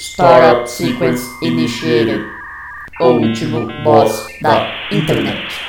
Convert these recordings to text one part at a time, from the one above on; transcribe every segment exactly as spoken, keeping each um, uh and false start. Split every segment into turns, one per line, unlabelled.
Startup Sequence Initiated. O último boss da internet.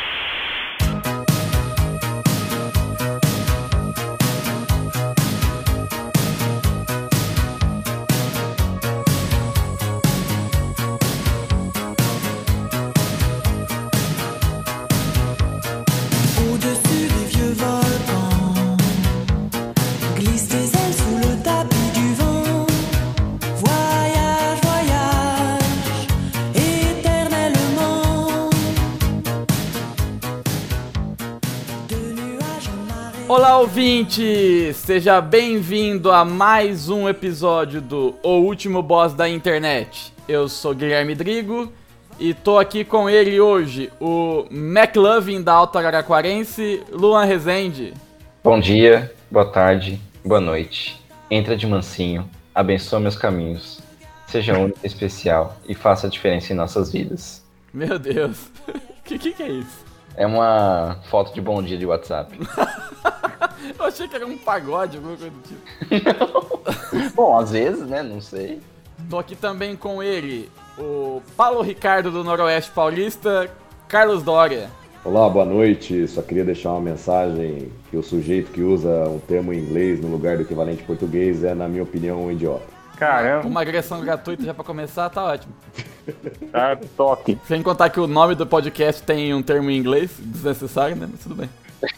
Olá, ouvinte! Seja bem-vindo a mais um episódio do O Último Boss da Internet. Eu sou Guilherme Drigo e tô aqui com ele hoje, o McLovin da Alta Araraquarense, Luan Rezende.
Bom dia, boa tarde, boa noite. Entra de mansinho, abençoa meus caminhos. Seja único e especial e faça a diferença em nossas vidas.
Meu Deus, o que, que que é isso?
É uma foto de bom dia de WhatsApp.
Eu achei que era um pagode, alguma coisa do tipo.
Não. Bom, às vezes, né? Não sei.
Tô aqui também com ele, o Paulo Ricardo do Noroeste Paulista, Carlos Doria.
Olá, boa noite. Só queria deixar uma mensagem que o sujeito que usa um termo em inglês no lugar do equivalente em português é, na minha opinião, um idiota.
Caramba.
Uma agressão gratuita já pra começar, tá ótimo.
Tá toque.
Sem contar que o nome do podcast tem um termo em inglês, desnecessário, né? Mas tudo bem.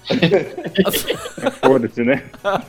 Foda-se, né?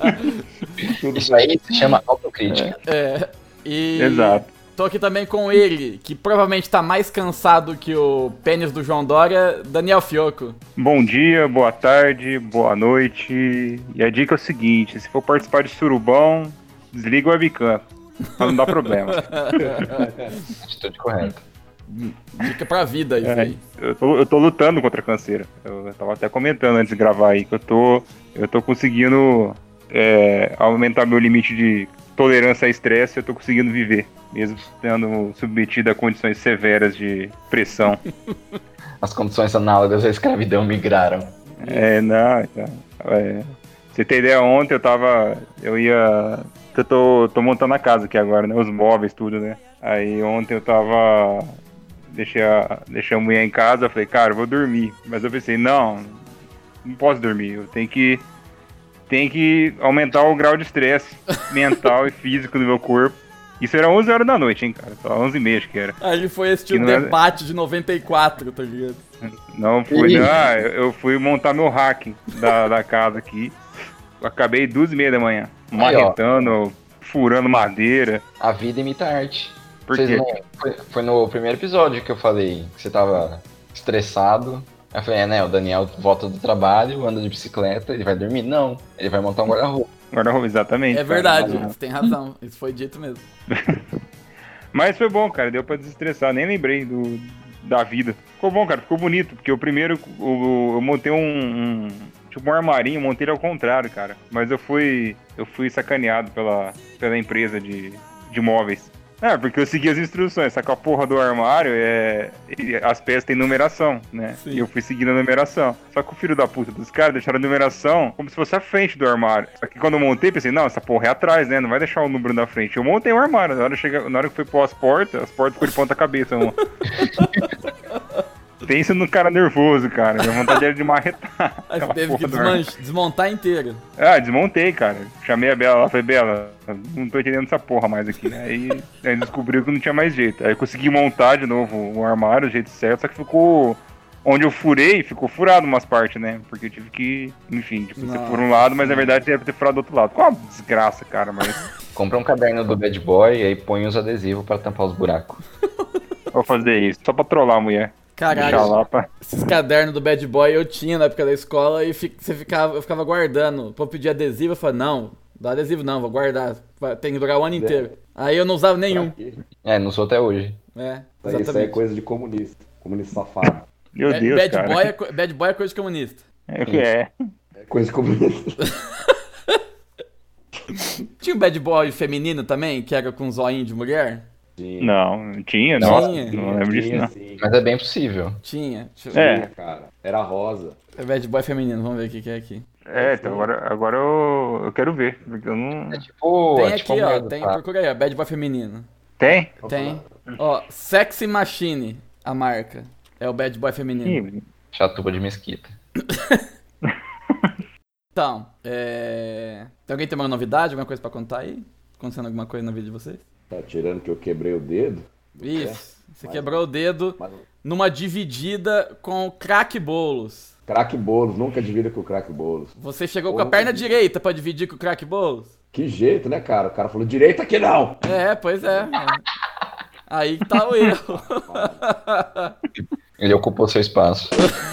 Isso aí se chama autocrítica.
É, e...
Exato.
Tô aqui também com ele, que provavelmente tá mais cansado que o pênis do João Dória, Daniel Fioco.
Bom dia, boa tarde, boa noite. E a dica é o seguinte, se for participar de surubão, desliga o webcam, pra não dar problema.
Atitude correta.
Dica pra vida isso
É,
aí.
eu, tô, eu tô lutando contra a canseira. Eu, eu tava até comentando antes de gravar aí que eu tô, eu tô conseguindo é, aumentar meu limite de tolerância a estresse. Eu tô conseguindo viver, mesmo sendo submetido a condições severas de pressão.
As condições análogas à escravidão migraram.
É, não, então, é, você tem ideia, ontem eu tava, eu ia, eu tô, tô montando a casa aqui agora, né, os móveis, tudo, né, aí ontem eu tava, deixei a, deixei a mulher em casa, eu falei, cara, eu vou dormir, mas eu pensei, não, não posso dormir, eu tenho que, tenho que aumentar o grau de estresse mental e físico do meu corpo. Isso era onze horas da noite, hein, cara, só onze e meia acho que era.
Aí ele foi assistir o
Que não é-
debate de noventa e quatro, tá ligado?
Não fui, não, ah, eu eu fui montar meu hacking da, da casa aqui. Eu acabei duas e meia da manhã,
Aí, ó.
marretando, furando madeira.
A vida imita a arte.
Por
Vocês
quê?
lembram? Foi, foi no primeiro episódio que eu falei que você tava estressado. Aí eu falei, é, né, o Daniel volta do trabalho, anda de bicicleta, ele vai dormir? Não, ele vai montar um guarda-roupa.
Guarda-roupa, exatamente.
É
cara.
verdade,
Mas-
você tem razão, isso foi dito mesmo.
Mas foi bom, cara, deu pra desestressar, nem lembrei do, da vida. Ficou bom, cara, ficou bonito, porque o primeiro, o- o- eu montei um, um, tipo um armarinho, montei ele ao contrário, cara. Mas eu fui, eu fui sacaneado pela, pela empresa de, de móveis. É, porque eu segui as instruções, só que a porra do armário é. ele- As peças têm numeração, né?
Sim.
E eu fui seguindo a numeração. Só que o filho da puta dos caras deixaram a numeração como se fosse a frente do armário. Só que quando eu montei, pensei, não, essa porra é atrás, né? Não vai deixar o número na frente. Eu montei o armário. Na hora, chega, na hora que foi pôr as portas, as portas ficou de ponta cabeça, uma. Pensa no cara nervoso, cara. Minha vontade era de marretar.
Aí você
aquela
teve que
porra do armário.
desman- desmontar inteiro.
Ah, desmontei, cara. Chamei a Bela lá, falei, Bela, não tô entendendo essa porra mais aqui. Aí, aí descobriu que não tinha mais jeito. Aí eu consegui montar de novo o armário do jeito certo, só que ficou... Onde eu furei, ficou furado umas partes, né? Porque eu tive que, enfim, tipo, você
Nossa.
fura um lado, mas na verdade era pra ter furado do outro lado. Ficou uma desgraça, cara, mas...
Compra um caderno do Bad Boy e aí põe os adesivos pra tampar os buracos.
Vou fazer isso, só pra trollar a mulher. Deixar
Caralho,
lá pra...
esses cadernos do Bad Boy eu tinha na época da escola e fi- você ficava, eu ficava guardando. Pra eu pedir adesivo, eu falei, não, dá adesivo não, vou guardar. vai- Tem que durar o ano inteiro. Aí eu não usava nenhum.
Pra quê?
É, não sou até hoje.
É,
Isso aí- Isso aí é
exatamente.
coisa de comunista. Comunista safado.
Meu
Ba-
Deus,
Bad,
cara.
Boy é, co- Bad Boy é coisa de comunista.
É o que é.
É coisa de comunista.
Tinha um Bad Boy feminino também, que era com um zoinho de mulher?
Tinha.
Não, tinha,
Não.
nossa,
Tinha.
não lembro disso,
Tinha,
não.
sim.
Mas é bem possível.
Tinha. Deixa eu
É.
ver.
Tinha, cara. Era rosa.
É Bad Boy feminino, vamos ver o que, que é aqui.
É, então agora, agora eu, eu quero ver, porque eu não...
É tipo.
Tem
é tipo
aqui,
a
ó.
mulher do
Tem,
Papa.
procura aí, ó. Bad Boy feminino.
Tem?
Tem. Ó, Sexy Machine, a marca. É o bad boy feminino.
Ih,
Chatuba de mesquita.
Então, é... Tem alguém tem uma novidade, alguma coisa pra contar aí? Acontecendo alguma coisa na vida de vocês?
Tá tirando que eu quebrei o dedo?
Isso. Você
Mas-
quebrou o dedo
Mas
numa dividida com o craque Boulos.
craque Bolos, nunca divida com o craque Bolos.
Você chegou com a
Porra.
perna direita pra dividir com o craque Boulos?
Que jeito, né, cara? O cara falou direita aqui não!
É, pois é. Aí que tá o erro.
Ele ocupou seu espaço.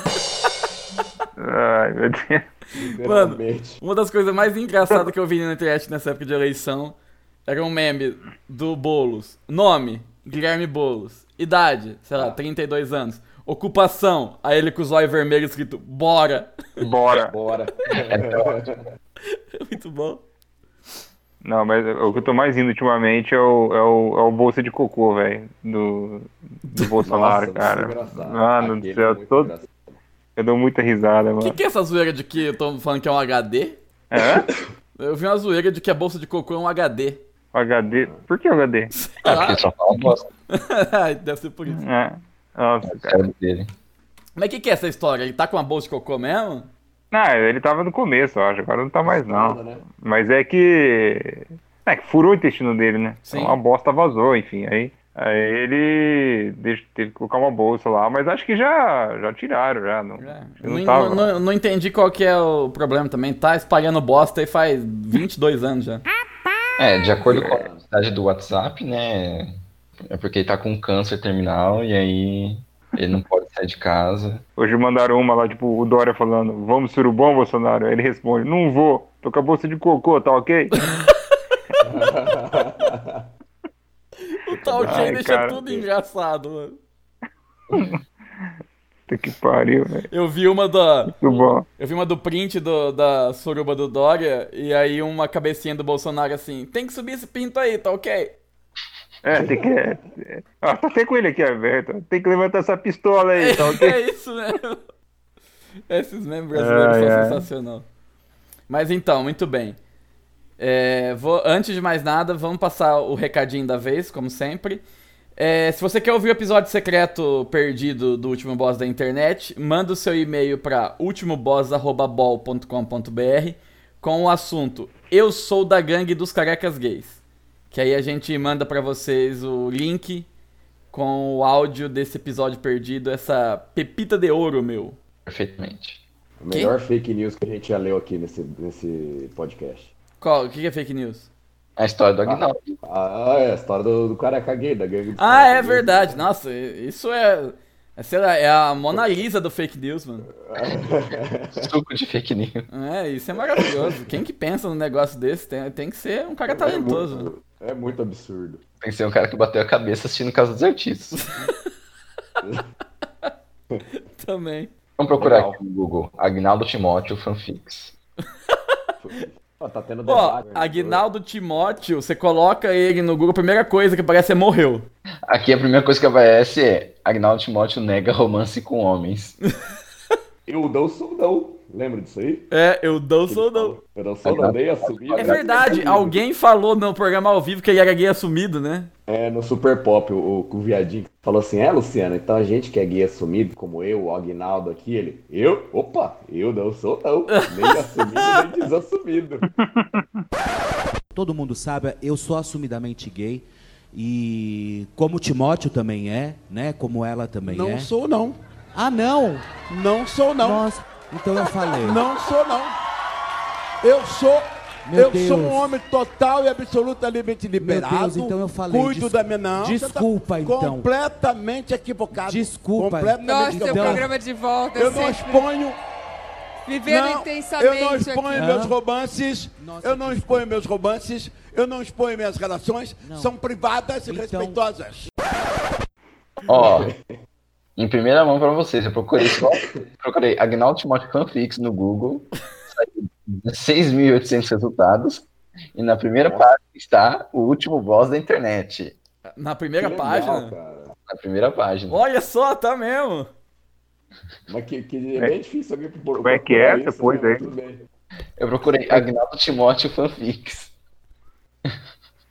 ai, meu Deus.
Literalmente.
Uma das coisas mais engraçadas que eu vi na internet nessa época de eleição era um meme do Boulos. Nome, Guilherme Boulos. Idade, sei lá, trinta e dois anos. Ocupação, aí ele com os olhos vermelhos escrito, bora.
Bora.
Bora.
Muito bom.
Não, mas o que eu tô mais indo ultimamente é o, é o, é o bolsa de cocô, velho. Do, do Bolsonaro,
Nossa,
cara.
muito engraçado.
Mano do
Aquele é
céu,
muito
todo,
engraçado.
eu dou muita risada,
O
mano.
que, que é essa zoeira de que eu tô falando que é um H D?
É?
Eu vi uma zoeira de que a bolsa de cocô é um H D.
O H D. Por que o H D?
É, porque ele só fala bosta.
Deve ser por isso.
É. Nossa,
O
cara.
cérebro dele.
Mas o que, que é essa história? Ele tá com uma bolsa de cocô mesmo?
Não, ele tava no começo, eu acho. Agora não tá mais,
Nada,
não.
né?
Mas é que. É que furou o intestino dele, né?
Sim.
Então a bosta vazou, enfim. Aí, aí ele deixa- teve que colocar uma bolsa lá, mas acho que já, já tiraram, já. Não,
É.
acho que não
Não,
tava.
não- não- não entendi qual que é o problema também. Tá espalhando bosta aí faz vinte e dois anos já.
É, de acordo com a mensagem do WhatsApp, né? É porque ele tá com câncer terminal e aí ele não pode sair de casa.
Hoje mandaram uma lá, tipo, o Dória falando, vamos surubom, Bolsonaro? Aí ele responde, não vou, tô com a bolsa de cocô, tá ok?
O tal que
Ai,
deixa
cara.
tudo engraçado, mano.
Puta que pariu, velho.
Eu vi uma da.
Muito bom.
Eu vi uma do print do- da suruba do Dória e aí uma cabecinha do Bolsonaro assim, tem que subir esse pinto aí, tá ok?
É, tem que... É, é. Ah, tá até com ele aqui aberto. Tem que levantar essa pistola aí, tá ok?
É isso mesmo. Esses memes brasileiros
Ai,
são
ai.
sensacionais. Mas então, muito bem. É, vou, antes de mais nada, vamos passar o recadinho da vez, como sempre. É, se você quer ouvir o episódio secreto perdido do Último Boss da internet, manda o seu e-mail para ultimoboss arroba bol ponto com ponto br com o assunto Eu sou da gangue dos carecas gays. Que aí a gente manda para vocês o link com o áudio desse episódio perdido, essa pepita de ouro, meu.
Perfeitamente.
O melhor fake news que a gente já leu aqui nesse, nesse podcast.
Qual? O que que é fake news?
A história do Aguinaldo.
Ah, é a história do, do careca gay, da gangue dos
Ah,
careca
é
gays.
verdade. Nossa, isso é... É, sei lá, é a Mona Lisa do fake news, mano.
Suco de fake news.
É, isso é maravilhoso. Quem que pensa num negócio desse tem, tem que ser um cara talentoso.
É muito, é muito absurdo.
Tem que ser um cara que bateu a cabeça assistindo Casa dos Artistas.
Também.
Vamos procurar
Legal.
aqui no Google. Agnaldo Timóteo fanfics.
Ó, tá tendo
Ó,
debate. né?
Aguinaldo Timóteo, você coloca ele no Google, a primeira coisa que aparece é morreu.
Aqui a primeira coisa que aparece é Agnaldo Timóteo nega romance com homens.
Eu não sou não. Lembra disso aí?
É, eu não sou não.
Eu não sou não, nem assumi.
É verdade, alguém falou no programa ao vivo que ele era gay assumido, né?
É, no Super Pop, o, o viadinho falou assim, é, Luciano, então a gente que é gay assumido, como eu, o Aguinaldo aqui, ele, eu? Opa, eu não sou não, nem assumido, nem desassumido.
Todo mundo sabe, eu sou assumidamente gay e como o Timóteo também é, né? Como ela também
Não
é.
sou, não.
Ah, não?
Não sou, não.
Nossa, então eu falei.
Não sou, não. Eu sou...
Meu
eu
Deus.
sou um homem total e absolutamente liberado.
Deus, então eu falei.
Cuido
Des-
da minha... Não,
Desculpa,
você tá
então.
completamente equivocado.
Desculpa.
Completamente
Nossa, seu
Então-
programa de volta.
Eu não
sempre
exponho...
vivendo
não,
intensamente
eu não exponho
aqui.
meus
Hã?
romances.
Nossa,
eu não exponho meus romances. Eu não exponho minhas relações.
Não.
São privadas e
Então-
respeitosas.
Ó, em primeira mão pra vocês, eu procurei só, procurei Agnaldo Timóteo fanfics no Google, saiu seis mil e oitocentos resultados, e na primeira página está o último boss da internet.
Na primeira
Que legal,
página.
cara.
Na primeira página.
Olha só, tá mesmo.
Mas que, que é bem difícil alguém por
Como é que é? Depois aí.
Tudo bem.
Eu procurei Agnaldo Timóteo fanfics.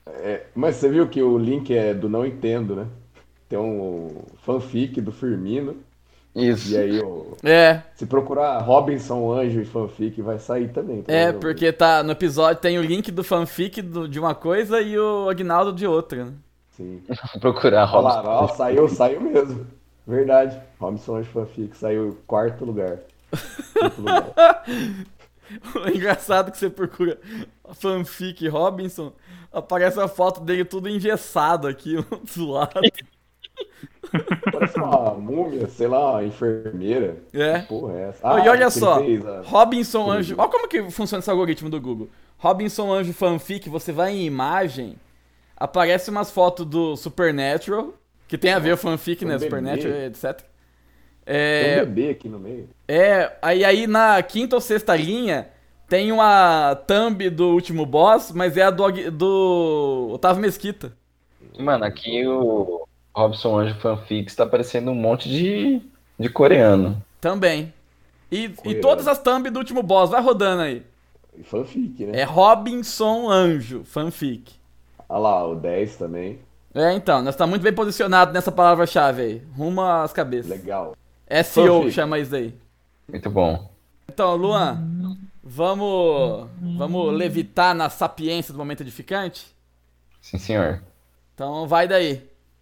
É, mas você viu que o link é do Não Entendo, né? Tem um fanfic do Firmino.
Isso.
E aí, o...
É.
se procurar Robinson Anjo e fanfic, vai sair também.
É, porque tá no episódio tem o link do fanfic do, de uma coisa e o Agnaldo de outra, né?
Sim.
Procurar
Olha lá,
Robson.
ó, saiu, saiu mesmo. Verdade. Robinson Anjo fanfic, saiu em quarto lugar. Quinto lugar.
O engraçado é que você procura fanfic Robinson, aparece a foto dele tudo engessado aqui, do lado.
Parece uma múmia, sei lá, uma enfermeira.
É.
Que porra é essa?
Oh, e olha
que
só,
ele fez, a-
Robinson Anjo. Olha como que funciona esse algoritmo do Google. Robinson Anjo fanfic, você vai em imagem, aparece umas fotos do Supernatural, que tem a ver com fanfic,
Tem um
né?
bebê.
Supernatural, etcétera.
Tem
É,
um bebê aqui no meio.
é, aí, aí na quinta ou sexta linha tem uma thumb do último boss, mas é a do, Agui- do Otávio Mesquita.
Mano, aqui o Robson Anjo Fanfics tá aparecendo um monte de, de coreano.
Também. E, e
Coreano.
todas as thumb do último boss, vai rodando aí.
E fanfic, né?
É Robinson Anjo, fanfic.
Olha lá, o dez também.
É, então, nós estamos muito bem posicionados nessa palavra-chave aí. Rumo às cabeças.
Legal.
S E O
Fanfic.
chama isso daí.
Muito bom.
Então, Luan, vamos, vamos levitar na sapiência do momento edificante?
Sim, senhor.
Então, vai daí.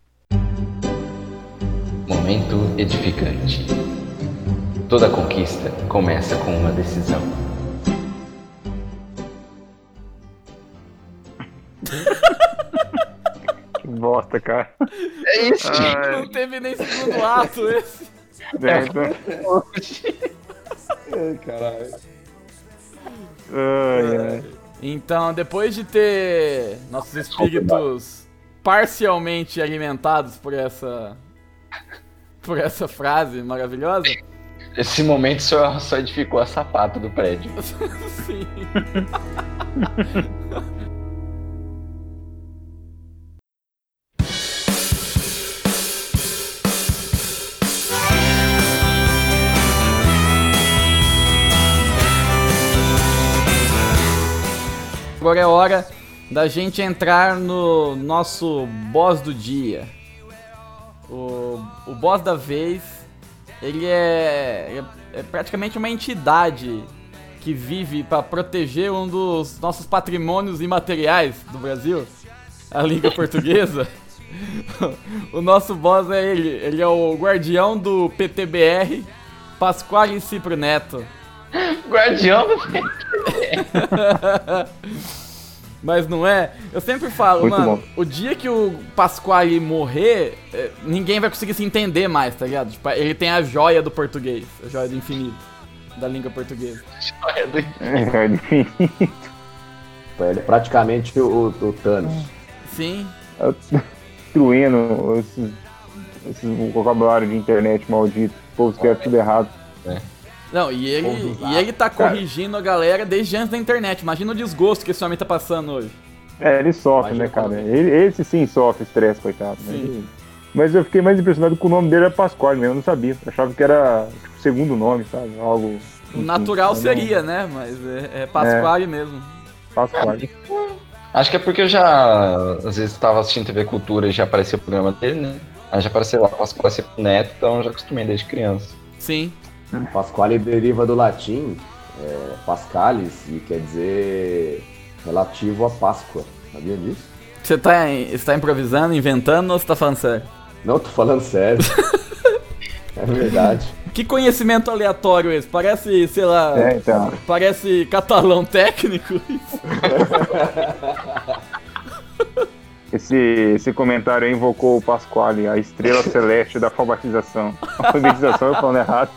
Momento edificante. Toda conquista começa com uma decisão.
Que bosta, cara.
É isso,
Não teve nem segundo ato esse.
Ai, caralho.
Ai, ai.
Então, depois de ter nossos espíritos parcialmente alimentados por essa por essa frase maravilhosa,
Esse momento só, só edificou a sapata do prédio.
sim. Agora é hora da gente entrar no nosso boss do dia. O, o boss da vez, ele é, é, é praticamente uma entidade que vive para proteger um dos nossos patrimônios imateriais do Brasil, a língua portuguesa. O nosso boss é ele, ele é o guardião do P T B R, Pasquale Cipro Neto.
Guardião do
Mas não é? Eu sempre falo,
Muito
mano,
bom.
o dia que o Pasquale morrer, é, ninguém vai conseguir se entender mais, tá ligado? Tipo, ele tem a joia do português, a joia do infinito, da língua portuguesa.
É, enfim.
Ele é praticamente o, o Thanos.
Sim,
Destruindo esses, esses vocabulário de internet maldito. O povo escreve tudo errado.
não, e ele, e ele tá corrigindo a galera desde antes da internet. Imagina o desgosto que esse homem tá passando hoje.
É, ele sofre,
Imagina
né, cara?
quando-
Ele, esse sim sofre estresse, coitado. Mas,
Sim.
ele- mas eu fiquei mais impressionado que o nome dele era Pasquale mesmo, eu não sabia. Eu achava que era tipo, segundo nome, sabe? Algo.
O natural
mas não.
seria, né? Mas é, é Pasquale mesmo.
Pasquale.
Acho que é porque eu já, às vezes, tava assistindo T V Cultura e já aparecia o programa dele, né? Aí já apareceu lá, Pascoal Cipro Neto, então eu já acostumei desde criança.
Sim.
Pasquale deriva do latim é, Pascalis, e quer dizer relativo à Páscoa. Sabia disso?
Você tá, você tá improvisando, inventando ou você tá falando sério?
Não, tô falando sério. É verdade.
Que conhecimento aleatório esse? Parece, sei lá,
É, então.
parece catalão técnico.
Esse, esse comentário aí invocou o Pasquale, a estrela celeste da alfabetização. Alfabetização, eu falando errado.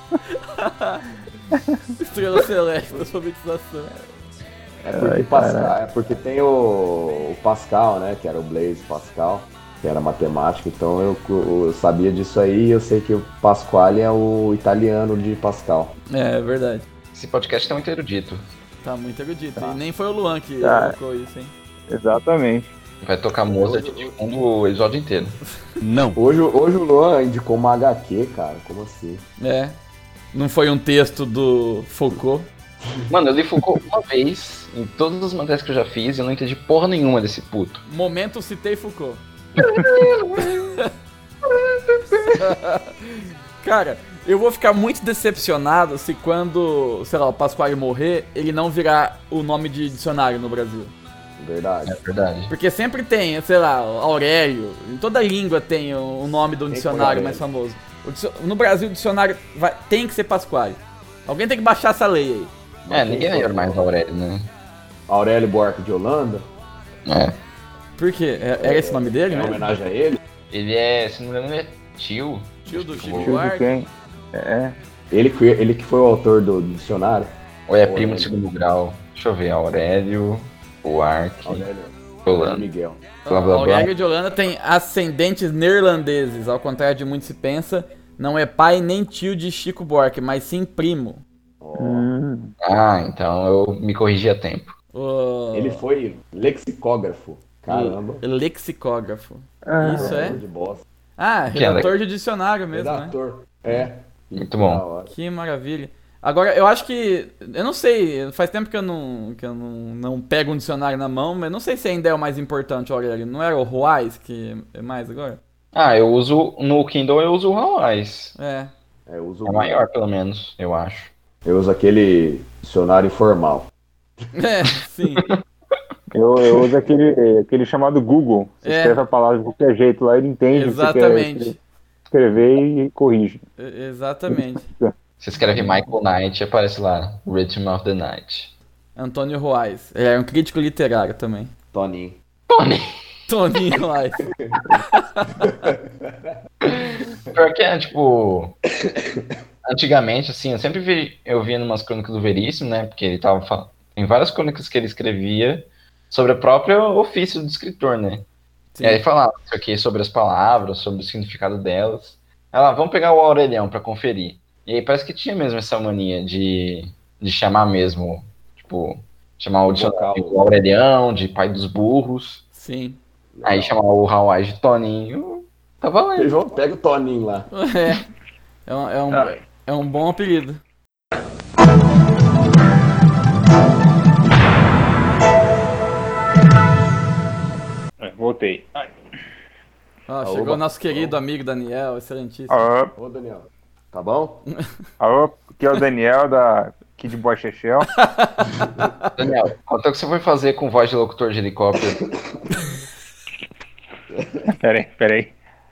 Estrela celeste da alfabetização.
É porque,
Ai,
Pascal, é porque tem o, o Pascal, né? Que era o Blaise Pascal, que era matemática. Então eu, eu sabia disso aí e eu sei que o Pasquale é o italiano de Pascal.
É, é verdade.
Esse podcast tá muito erudito.
Tá muito erudito. E nem foi o Luan que
Tá.
colocou isso, hein?
Exatamente.
Vai tocar Mozart de fundo o episódio inteiro.
Não.
Hoje, hoje o Luan indicou uma H Q, cara. Como assim?
É. Não foi um texto do Foucault.
Mano, eu li Foucault uma vez, em todas as matérias que eu já fiz, e eu não entendi porra nenhuma desse puto.
Momento citei Foucault. Cara, eu vou ficar muito decepcionado se quando, sei lá, o Pasquale morrer, ele não virar o nome de dicionário no Brasil.
Verdade.
É verdade.
Porque sempre tem, sei lá, Aurélio, em toda língua tem o nome do
Tem
dicionário
que
mais famoso. O dicio- No Brasil, o dicionário vai- tem que ser Pasquale. Alguém tem que baixar essa lei aí.
É, ninguém lembra mais do Aurélio, né?
Aurélio Buarque de Holanda,
É.
Por quê? É- Era esse o nome dele,
em
né?
homenagem a ele.
Ele é, se não me engano, ele é tio.
Tio do Chico
Tio de
Buarque.
quem? É.
Ele que, ele que foi o autor do dicionário.
Ou é
Aurélio.
primo de segundo grau. Deixa eu ver, Aurélio, Buarque,
Aurélio
Holanda.
Miguel.
Blá, blá, blá.
Aurélio de Holanda tem ascendentes neerlandeses, ao contrário de muito se pensa. Não é pai nem tio de Chico Buarque, mas sim primo.
Hum.
Ah, então eu me corrigi a tempo.
O...
Ele foi lexicógrafo. Caramba.
Lexicógrafo.
Ah.
Isso é?
De bosta.
Ah,
Que é
redator de dicionário mesmo, né?
Redator. É.
Muito
Da
bom.
hora.
Que maravilha. Agora, eu acho que... Eu não sei, faz tempo que eu não, que eu não, não pego um dicionário na mão, mas não sei se ainda é o mais importante, Aurélio. Não era o Ruais que é mais agora?
Ah, eu uso, no Kindle eu uso o Hawais.
É.
É, eu uso
É maior, pelo menos, eu acho.
Eu uso aquele dicionário informal.
É, sim.
Eu, eu uso aquele, aquele chamado Google. Você
É.
escreve a palavra de qualquer jeito lá, ele entende o que você quer
Exatamente.
escrever e corrige.
E- Exatamente.
Você escreve Michael Knight e aparece lá, Rhythm of the Night.
Antônio Ruais. Ele é um crítico literário também.
Toninho.
Toninho Ruais.
Pior que é, tipo... Antigamente, assim, eu sempre vi, eu via numas crônicas do Veríssimo, né? Porque ele tava falando... Tem várias crônicas que ele escrevia sobre o próprio ofício do escritor, né?
Sim.
E aí falava isso aqui sobre as palavras, sobre o significado delas. Aí lá, vamos pegar o Aurelião pra conferir. E aí parece que tinha mesmo essa mania de, de chamar mesmo, tipo, chamar o dicionário de Aurelião, de pai dos burros.
Sim.
Aí chamar o Hawaii de Toninho. Tá valendo.
João, pega o Toninho lá.
É. É um, é um, é um bom apelido.
É, voltei.
Ó, chegou o nosso querido amigo Daniel, excelentíssimo.
Alô,
Ô, Daniel. Tá bom?
alô, aqui é o Daniel da Kid Boy Chechel.
Daniel, quanto é que você foi fazer com voz de locutor de helicóptero?
Peraí, peraí.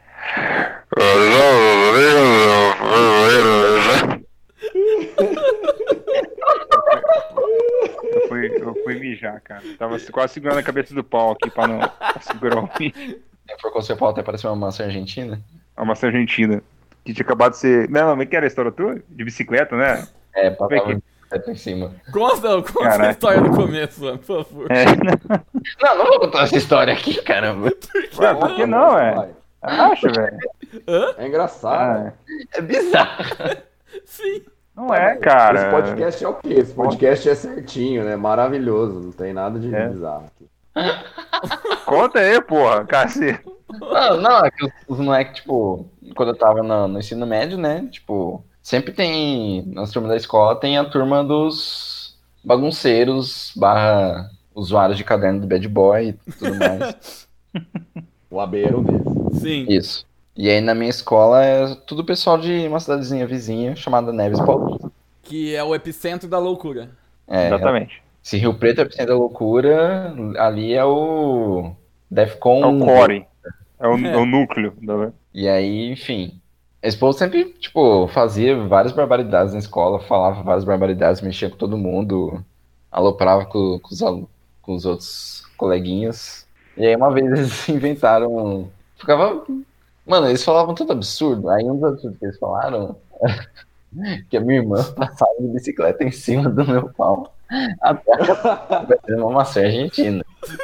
Eu fui, eu fui mijar, cara. Tava quase segurando a cabeça do pau aqui pra não pra segurar o mijo.
Se for com o seu pau até parecer uma maçã argentina?
É uma argentina. Que tinha acabado de ser. Não, como é que era a história tua? De bicicleta, né?
É,
Como é
passava
que-
em cima.
Conta, conta a
Caraca.
história do começo, mano, por favor.
É.
Não, não vou contar essa história aqui, caramba.
Ué, por que não, é? Acho, velho.
É engraçado.
Ah,
É bizarro.
Sim.
não é, cara.
Esse podcast é o quê? Esse podcast é certinho, né? Maravilhoso. Não tem nada de
É.
bizarro aqui.
Conta aí, porra, cacete.
Não, não, é que os, os moleques, tipo, quando eu tava no, no ensino médio, né? Tipo, sempre tem, nas turmas da escola, tem a turma dos bagunceiros barra usuários de caderno do Bad Boy e tudo mais.
O A B era um deles.
Sim.
Isso. E aí na minha escola é tudo pessoal de uma cidadezinha vizinha chamada Neves Paulista.
Que é o epicentro da loucura.
É,
Exatamente.
se Rio Preto é o epicentro da loucura, ali é o Defcon.
É o core. É o, é o núcleo. Da...
E aí, enfim. Esse povo sempre, tipo, fazia várias barbaridades na escola, falava várias barbaridades, mexia com todo mundo, aloprava com, com, os, alu- com os outros coleguinhas. E aí uma vez eles inventaram. Ficava. Mano, eles falavam tanto absurdo. Aí um dos absurdos que eles falaram que a minha irmã passava de bicicleta em cima do meu pau. Até uma maçã argentina.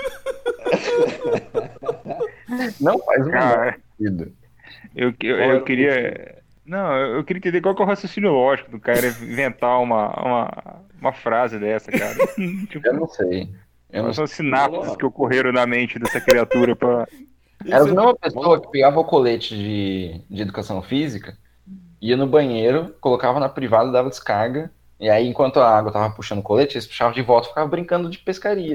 Não faz um
Cara,
sentido.
eu, eu, eu queria. Não, eu eu queria entender qual que é o raciocínio lógico do cara inventar uma, uma, uma frase dessa, cara. Tipo,
Eu não sei. Eu não
quais são as sinapses que ocorreram na mente dessa criatura pra.
Era a mesma pessoa que pegava o colete de, de educação física, ia no banheiro, colocava na privada, dava descarga, E aí, enquanto a água tava puxando o colete, eles puxavam de volta e ficavam brincando de pescaria.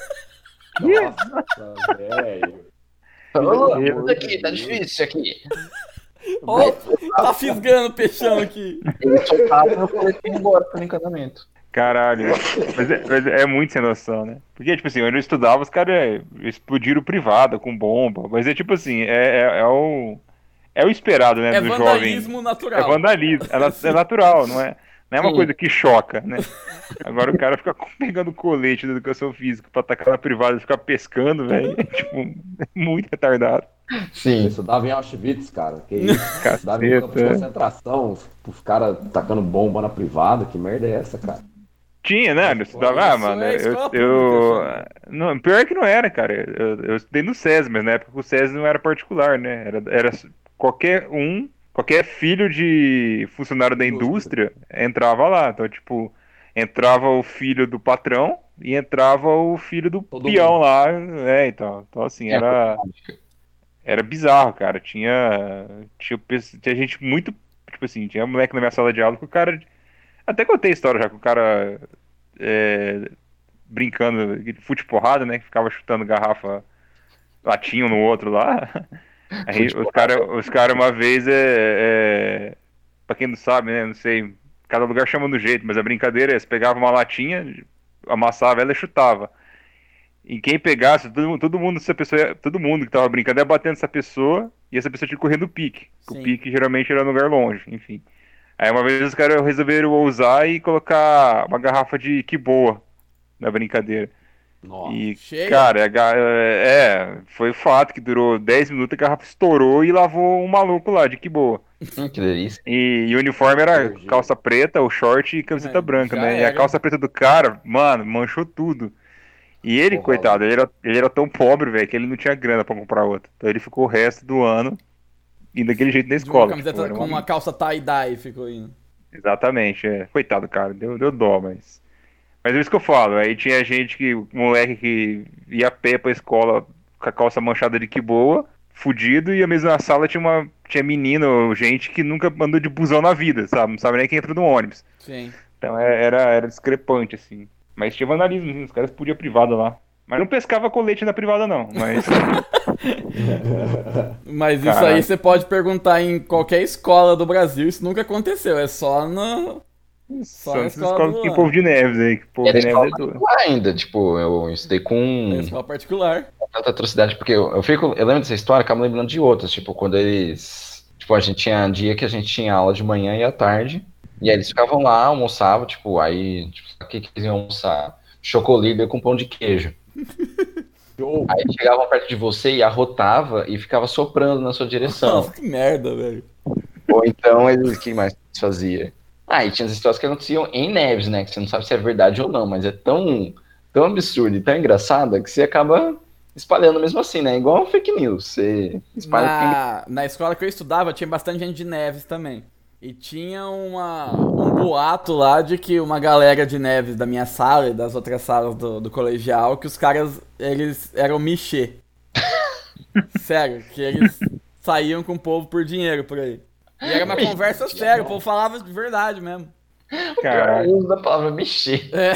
Nossa, velho.
Ô, isso aqui, tá difícil isso aqui.
Ó, tá fisgando o peixão aqui.
Eles soltavam o colete e iam embora pro encanamento.
Caralho. Mas é, mas é muito sem noção, né? Porque, tipo assim, onde eu estudava, os caras explodiram privada com bomba. Mas é tipo assim, é, é, é o. É o esperado, né,
É
do
vandalismo
jovem.
natural.
É vandalismo, é, na- é natural, não é, não é uma
Sim.
coisa que choca, né? Agora o cara fica pegando colete da educação física pra atacar na privada e ficar pescando, velho. É, tipo, é muito retardado.
Eu
Sim.
estudava em Auschwitz, cara. Que isso?
Caceta.
Estudava em campo de concentração, os caras tacando bomba na privada. Que merda é essa, cara?
Tinha, né? Eu estudava, ah,
isso
mano,
é
eu,
escola
eu,
pública,
não, pior que não era, cara. Eu, eu estudei no SESI, mas na época o SESI não era particular, né? Era, era qualquer um, qualquer filho de funcionário da indústria entrava lá. Então, tipo, entrava o filho do patrão e entrava o filho do
Todo
peão
mundo.
lá. É, então, então assim,
É,
era, era bizarro, cara. Tinha, tinha, pe- tinha gente muito, tipo assim, tinha moleque na minha sala de aula que o cara. Até contei a história já com o cara é, brincando de fute porrada, né? Que ficava chutando garrafa, latinha um no outro lá. Aí
Fute
os caras, os cara uma vez é, é. Pra quem não sabe, né? Não sei, cada lugar chama do jeito, mas a brincadeira é: você pegava uma latinha, amassava ela e chutava. E quem pegasse, todo, mundo- todo mundo, essa pessoa, todo mundo que tava brincando ia batendo essa pessoa e essa pessoa tinha que correr no pique.
Sim.
O pique geralmente era no lugar longe, enfim. Aí uma vez os caras resolveram ousar e colocar uma garrafa de Kiboa na brincadeira.
Nossa.
E,
Cheia?
cara, a ga- é, foi o fato que durou dez minutos, a garrafa estourou e lavou um maluco lá de Kiboa.
Hum, que delícia.
E, e o uniforme era
Energia.
calça preta, o short e camiseta
É,
branca,
já
né? E a
era.
calça preta do cara, mano, manchou tudo. E ele,
Porra,
coitado, ele era, ele era tão pobre, velho, que ele não tinha grana pra comprar outra. Então ele ficou o resto do ano indo daquele jeito na
De uma
escola.
camiseta
tipo, era
com
uma-
uma calça tie-dye ficou indo.
Exatamente, é. Coitado, cara, deu, deu dó, mas. Mas é isso que eu falo. Aí tinha gente que, moleque que ia a pé pra escola com a calça manchada de que boa, fudido, e a mesma sala tinha uma. Tinha menino, gente que nunca andou de busão na vida, sabe? Não sabe nem quem entra no ônibus.
Sim.
Então é- era, era discrepante, assim. Mas tinha vandalismo, assim, os caras podiam privada lá. Mas não pescava colete na privada, não. Mas.
Mas isso
Caralho.
aí você pode perguntar em qualquer escola do Brasil, isso nunca aconteceu, é só no. Só
Só
na
nessas
escola
escolas
do
que tem
ano.
povo de Neves aí. Que povo
Era
de Neves
escola
é doido.
particular ainda, tipo, eu estudei
É
com
escola particular.
tanta atrocidade, porque eu, eu fico, eu lembro dessa história, acabo lembrando de outras, tipo, quando eles, tipo, a gente tinha dia que a gente tinha aula de manhã e à tarde, e aí eles ficavam lá, almoçavam, tipo, aí, tipo, o que que eles iam almoçar? Chocolíder com pão de queijo.
Show.
Aí chegavam perto de você e arrotava e ficava soprando na sua direção.
Nossa, que merda, velho.
Ou então eles, o que mais eles faziam? Ah, e tinha as histórias que aconteciam em Neves, né? Que você não sabe se é verdade ou não, mas é tão, tão absurdo e tão engraçada que você acaba espalhando mesmo assim, né? Igual fake news. Você espalha porque é
Na, na escola que eu estudava, tinha bastante gente de Neves também. E tinha uma, um boato lá de que uma galera de Neves da minha sala e das outras salas do, do colegial, que os caras, eles eram michê. Sério, que eles saíam com o povo por dinheiro por aí. E era uma conversa séria, o povo falava de verdade mesmo.
Caralho.
o uso da palavra mexer.
É.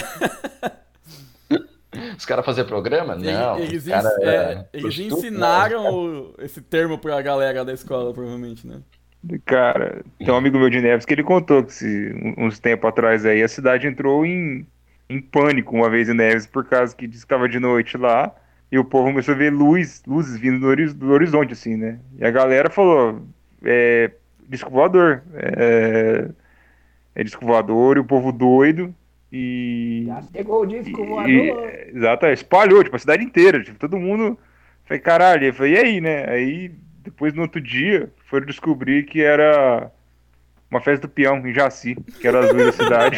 Os caras faziam programa? Não.
eles
os cara
ens-
era
é, eles
prostituto,
ensinaram o- esse termo pra galera da escola, provavelmente, né?
Cara, tem um amigo meu de Neves que ele contou que se, uns tempos atrás aí a cidade entrou em, em pânico uma vez em Neves por causa que disse que estava de noite lá e o povo começou a ver luz, luzes vindo do, horiz- do horizonte, assim, né? E a galera falou, é, disco voador, é, é disco voador e o povo doido e...
Já chegou o disco
E,
voador.
exato, espalhou, tipo, a cidade inteira, tipo, todo mundo foi, caralho, eu falei, e aí, né? Aí, depois no outro dia, foram descobrir que era uma festa do peão em Jaci, que era as luzes da cidade.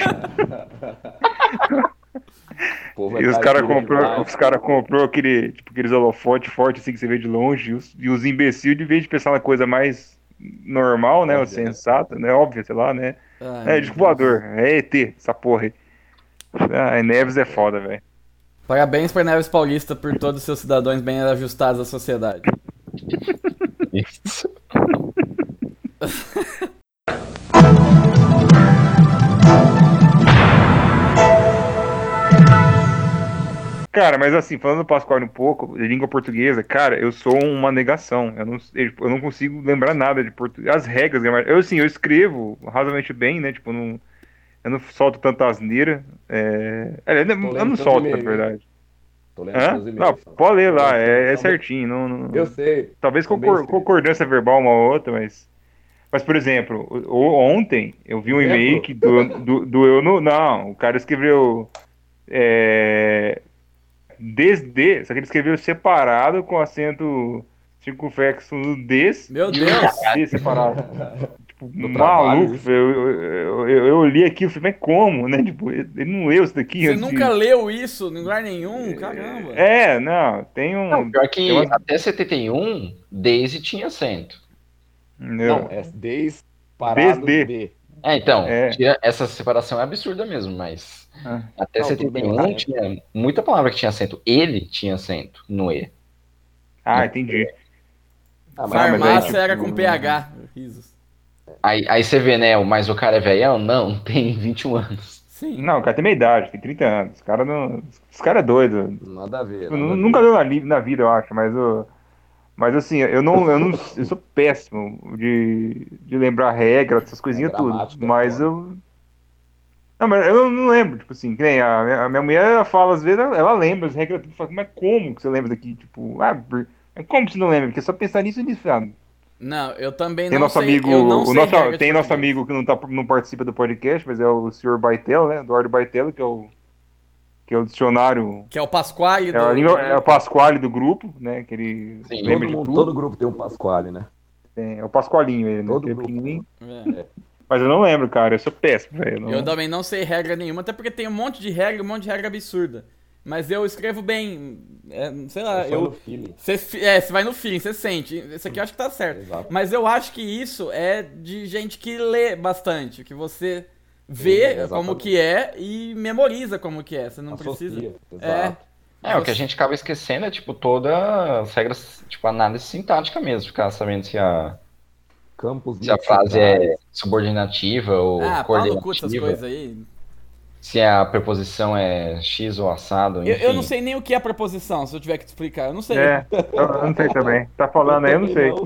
O povo é
E os caras
caipira
comprou,
demais.
os cara comprou aquele, tipo, aqueles holofotes fortes assim que você vê de longe, e os, e os imbecil, de vez de pensar uma coisa mais normal, né? Ou
Óbvio, né?
sensata, né? Óbvio, sei lá, né?
Ai,
É, disco voador, é E T, essa porra aí. Ah, Neves é foda, velho.
Parabéns pra Neves Paulista por todos os seus cidadãos bem ajustados à sociedade.
Isso.
Cara, mas assim, falando do Pasquale um pouco, de língua portuguesa, cara, eu sou uma negação. Eu não, eu não consigo lembrar nada de português. As regras, eu assim, eu escrevo razoavelmente bem, né? Tipo, eu não, eu não solto tanta asneira. É... Eu não, eu não solto, na verdade.
Tô lendo
Hã?
seus e-mails.
Não, pode ler lá, é, é
São
certinho. Não, não...
Eu sei.
Talvez
são bem
concor-
escritos.
concordância verbal uma ou outra, mas. Mas, por exemplo, o- ontem eu vi um
Exemplo?
e-mail que do, do, do eu no. Não, o cara escreveu. É, desde, só que ele escreveu separado com acento circunflexo no des.
Meu
e o
Deus.
D separado. Tipo,
No
maluco,
trabalho,
eu, eu, eu, eu li aqui, eu falei, mas como, né? Tipo, ele não leu isso daqui
Você
antes de-
nunca leu isso em lugar nenhum? Caramba.
É, não, tem um.
Não, pior que
tem umas-
até setenta e um, Daisy tinha acento.
Não, é des parado
Desde.
de.
É, então,
É.
tira- essa separação é absurda mesmo, mas
Ah.
até
Não, tudo
setenta e
bem,
um
cara.
tinha muita palavra que tinha acento. Ele tinha acento no E.
Ah, entendi.
Ah, mas-
Farmácia
tipo,
era com P H. Risos.
Aí, aí você vê, né, mas o cara é velhão? Não, tem vinte e um anos.
Sim.
Não, o cara tem meia idade, tem trinta anos. Os caras não. Os caras é doido.
Nada a ver.
Eu
nada
nu-
a ver.
nunca leu na, li- na vida, eu acho, mas eu, mas assim, eu não, eu não, eu sou péssimo de, de lembrar regra, essas coisinhas
A
tudo.
gramática é
Mas
foda.
eu, não, mas eu não, não lembro, tipo assim, que nem a, minha- a minha mulher ela fala às vezes, ela, ela lembra as regras, tudo, fala, mas como que você lembra daqui? Tipo, ah, por- mas como que você não lembra? Porque é só pensar nisso e nisso, ah,
Não, eu também
tem
não
nosso
sei.
amigo,
eu não
o
sei
nosso,
regra de
tem nosso
português.
amigo que não, tá, não participa do podcast, mas é o senhor Baitelo, né? Eduardo Baitelo, que é o que é o dicionário,
Que é o Pasquale
é, a
do...
língua- é o Pasquale do grupo, né? Que ele
Sim.
lembra
Todo,
de
mundo-
tudo.
todo grupo tem um Pasquale, né?
É, é o Pascoalinho ele, né?
Todo
Que é
grupo.
pequenininho.
É.
Mas eu não lembro, cara. Eu sou péssimo, velho. não-
Eu também não sei regra nenhuma, até porque tem um monte de regra, um monte de regra absurda. Mas eu escrevo bem, é, sei lá,
Só no
eu...
feeling.
Você, fi- é, você vai no feeling, você sente. Isso aqui eu acho que tá certo.
Exato.
Mas eu acho que isso é de gente que lê bastante, que você vê
exatamente.
como que é e memoriza como que é. Você não
Associa,
precisa.
exato.
É, o que a gente acaba esquecendo é, tipo, todas as regras, tipo, análise sintática mesmo, ficar sabendo se a,
Campos
se a frase é
lexicais.
subordinativa ou
Ah, pau no cu dessas
coordenativa,
coisas aí.
se a preposição é X ou assado,
Eu,
enfim.
eu não sei nem o que é preposição, se eu tiver que te explicar. Eu não sei.
É, eu eu não sei também. Tá falando aí, eu não sei.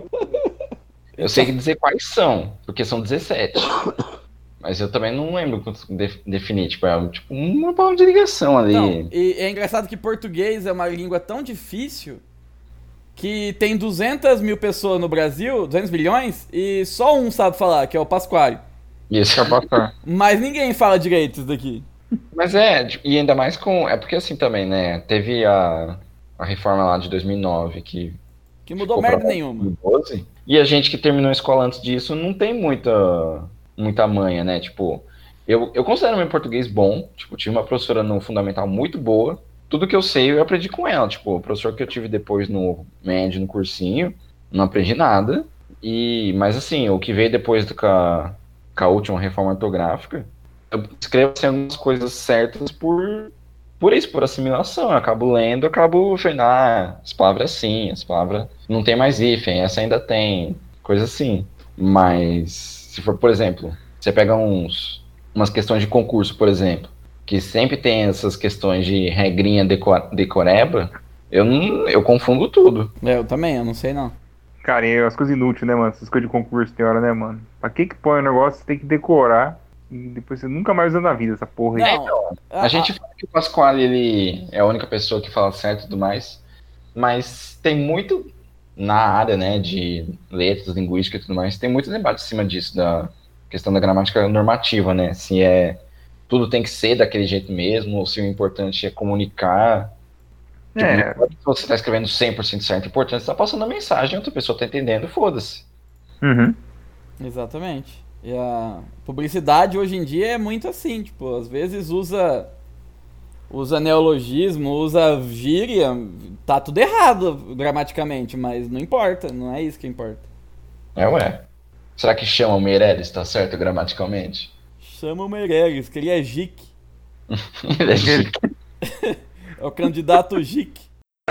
Eu sei que dizer quais são, porque são dezessete. Mas eu também não lembro quantos de- definir, tipo, é tipo uma palavra de ligação ali.
Não, e é engraçado que português é uma língua tão difícil que tem duzentas mil pessoas no Brasil, duzentos milhões, e só um sabe falar, que é o Pasquale.
Isso.
Mas ninguém fala direito isso daqui.
Mas é, tipo, e ainda mais com. É porque assim também, né? Teve a, a reforma lá de dois mil e nove que.
Que mudou
ficou pra
merda nenhuma.
dois mil e doze, e a gente que terminou a escola antes disso não tem muita, muita manha, né? Tipo, eu, eu considero meu português bom. Tipo, tive uma professora no fundamental muito boa. Tudo que eu sei eu aprendi com ela. Tipo, o professor que eu tive depois no médio, no cursinho, não aprendi nada. E, mas assim, o que veio depois do, com, a, com a última reforma ortográfica, eu escrevo assim, algumas coisas certas por, por isso, por assimilação. Eu acabo lendo, eu acabo vendo, ah, as palavras assim, as palavras não tem mais hífen, essa ainda tem, coisa assim. Mas, se for, por exemplo, você pega uns, umas questões de concurso, por exemplo, que sempre tem essas questões de regrinha deco- decoreba, eu, não, eu confundo tudo.
É, eu também, eu não sei não.
Cara, e as coisas inúteis, né, mano? Essas coisas de concurso tem hora, né, mano? Pra que que põe o negócio, você tem que decorar e depois você nunca mais usa na vida essa porra aí.
Não,
A gente fala que o Pasquale, ele é a única pessoa que fala certo e tudo mais, mas tem muito na área, né, de letras, linguística e tudo mais, tem muito debate em cima disso, da questão da gramática normativa, né, se é, tudo tem que ser daquele jeito mesmo, ou se o importante é comunicar. Tipo,
É.
não importa se você tá escrevendo cem por cento certo, o importante é você tá passando a mensagem, outra pessoa tá entendendo, foda-se.
Uhum.
Exatamente. E a publicidade hoje em dia é muito assim, tipo, às vezes usa usa neologismo, usa gíria, tá tudo errado gramaticamente, mas não importa, não é isso que importa.
É, ué. Será que chama o Meirelles, tá certo gramaticalmente?
Chama o Meirelles, que ele é Jique.
Ele é chique.
É o candidato Jique.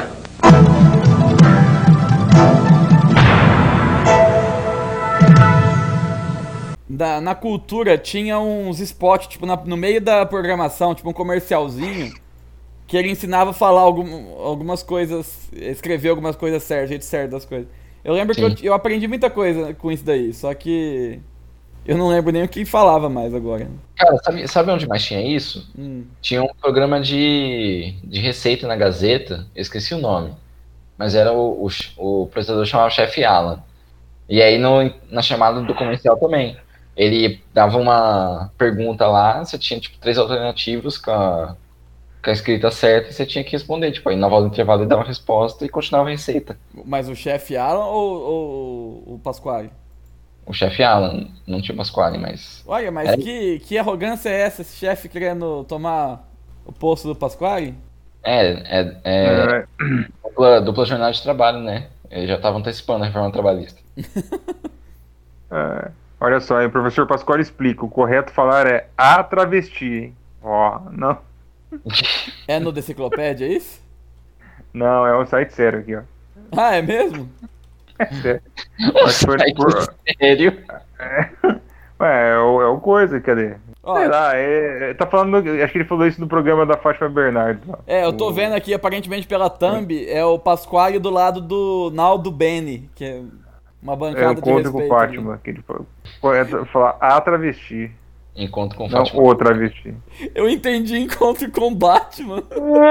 Da, na cultura tinha uns spots, tipo, na- no meio da programação, tipo um comercialzinho, que ele ensinava a falar algum, algumas coisas, escrever algumas coisas certas, jeito certo das coisas. Eu lembro
Sim.
que eu, eu aprendi muita coisa com isso daí, só que eu não lembro nem o que falava mais agora.
Cara, sabe, sabe onde mais tinha isso?
Hum.
Tinha um programa de, de receita na Gazeta, eu esqueci o nome, mas era o, o, o apresentador chamava Chefe Alan. E aí no, na chamada do comercial também. Ele dava uma pergunta lá, você tinha tipo três alternativas com a, com a escrita certa e você tinha que responder. Tipo, aí na volta do intervalo ele dava uma resposta e continuava a receita.
Mas o chefe Alan ou, ou o Pasquale?
O chefe Alan, não tinha Pasquale, mas.
Olha, mas
É.
que, que arrogância é essa, esse chefe querendo tomar o posto do Pasquale?
É, é, é dupla, dupla jornada de trabalho, né? Eles já estavam antecipando a reforma trabalhista.
É, olha só, aí o professor Pasquale explica, o correto falar é a travesti, hein? Ó, não,
É no Deciclopédia, é isso?
não, é um site sério aqui, ó.
Ah, é mesmo?
É sério. Acho que foi
Ai,
por-
que sério?
Ué, é o, é o coisa, cadê?
Ó,
Sei lá, é, é- tá falando, acho que ele falou isso no programa da Fátima Bernardo. lá.
é, eu tô
O-
vendo aqui, aparentemente pela thumb, é o Pasquale do lado do Naldo Bene, que é uma
É
bancada
o
de
conto com
respeito.
Fátima, que ele falou. Correto falar a travesti,
Encontro com
não
Fátima.
o travesti.
Eu entendi encontro com Batman.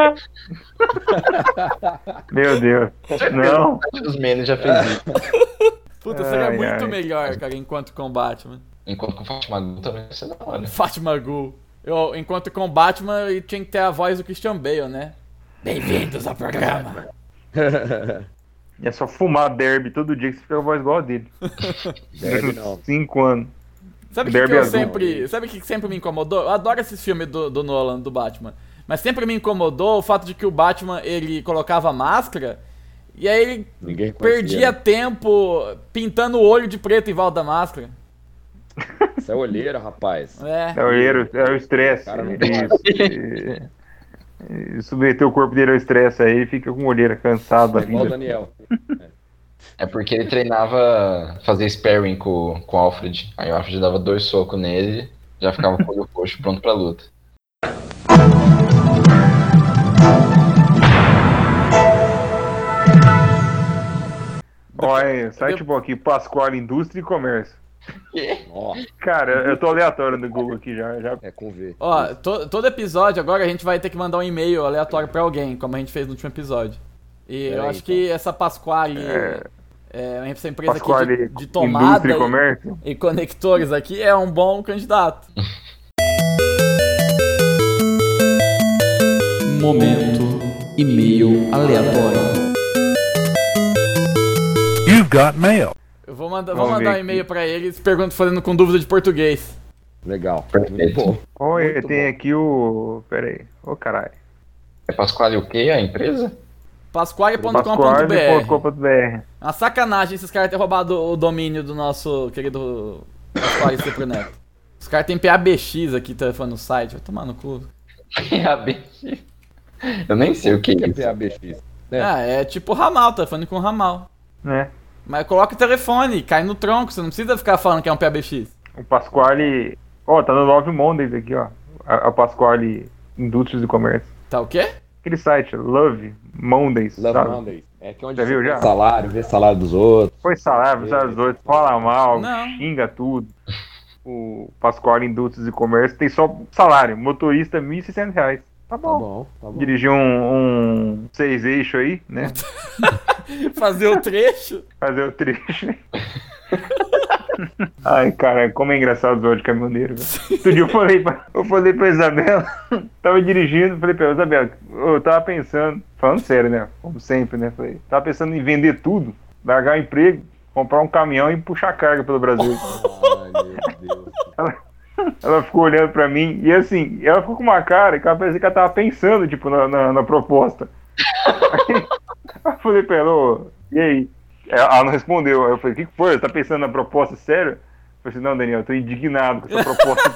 Meu Deus. Não.
O site dos memes já fez isso.
Puta, seria
Ai,
muito
ai.
melhor, cara, encontro com Batman.
Encontro com Fátima Gu também vai ser da hora.
Fátima Gu. Eu encontro com Batman e tinha que ter a voz do Christian Bale, né? Bem-vindos ao programa.
É só fumar derby todo dia que você fica com a voz igual a dele.
Derby não.
Cinco anos.
Sabe o que,
Derby
que eu
azul.
sempre. Sabe o que que sempre me incomodou? Eu adoro esses filmes do, do Nolan, do Batman. Mas sempre me incomodou o fato de que o Batman ele colocava máscara e aí ele
Ninguém conhecia,
perdia
né?
tempo pintando o olho de preto em volta da máscara.
Isso é olheira, rapaz.
É.
É o erro, é o estresse.
Cara, não
Ele, ele- ele submeteu o corpo dele ao estresse, aí ele fica com olheira, cansado da
Igual o
vida.
Daniel.
É porque ele treinava fazer sparring com, com o Alfred. Aí o Alfred dava dois socos nele, já ficava com o olho roxo, pronto pra luta.
Olha, site bom aqui, Pascoal Indústria e Comércio.
Ó,
Cara, eu tô aleatório no Google aqui já. já...
é com V.
Ó, to- todo episódio agora a gente vai ter que mandar um e-mail aleatório pra alguém, como a gente fez no último episódio. E eu
Peraí,
acho
então.
que essa Pasquale,
É.
é, essa empresa
Pascoal
aqui de, de
Indústria
tomada
e
e,
Comércio.
e conectores aqui é um bom candidato.
Momento e-mail aleatório.
You've got mail.
Eu vou mandar, vou
Vamos ver
mandar um
aqui.
e-mail pra eles perguntando, falando com dúvida de português.
Legal.
Perfeito.
Muito bom.
Olha,
Muito
tem
bom.
aqui o. Pera aí. Ô, caralho.
É Pasquale o quê? A empresa?
pasquale ponto com ponto
Pascoal
br.
ponto com ponto br.
Uma sacanagem esses caras terem roubado o domínio do nosso querido Pasquale Cipro Neto. Os caras têm P A B X aqui, telefone no site, vai tomar no cu.
P A B X. Eu nem sei o que é
é
isso.
P A B X? É.
Ah, é tipo ramal, telefone com ramal.
Né?
Mas coloca o telefone, cai no tronco, você não precisa ficar falando que é um P A B X.
O Pasquale. Ó, tá no Love Mondays aqui, ó. A, a Pasquale Indústrias e Comércio.
Tá o quê?
Aquele site, Love Mondays.
Love
sabe?
Mondays. É que onde
Já
você
viu
vê
já?
salário, vê salário dos outros.
Foi salário, salário dos outros, fala mal,
Não.
xinga tudo. O Pascoal Indústrias e Comércio tem só salário, motorista mil e seiscentos reais. Tá
Tá
bom.
bom, tá bom.
Dirigir um, um seis eixo aí, né?
Fazer o trecho?
Fazer o trecho. Ai, cara, como é engraçado o Zóio de caminhoneiro, velho. Outro dia eu falei pra, eu falei pra Isabela, tava dirigindo, falei pra ela, Isabela, eu tava pensando, falando sério, né? Como sempre, né? Falei, tava pensando em vender tudo, largar o emprego, comprar um caminhão e puxar carga pelo Brasil.
Ai, meu Deus.
Ela ficou olhando pra mim e assim, ela ficou com uma cara que ela parecia que ela tava pensando, tipo, na, na, na proposta. Aí, eu falei pra ela, ô, e aí? Ela não respondeu. Aí eu falei, o que que foi? Você tá pensando na proposta sério? Eu falei assim, não, Daniel, eu tô indignado com essa proposta.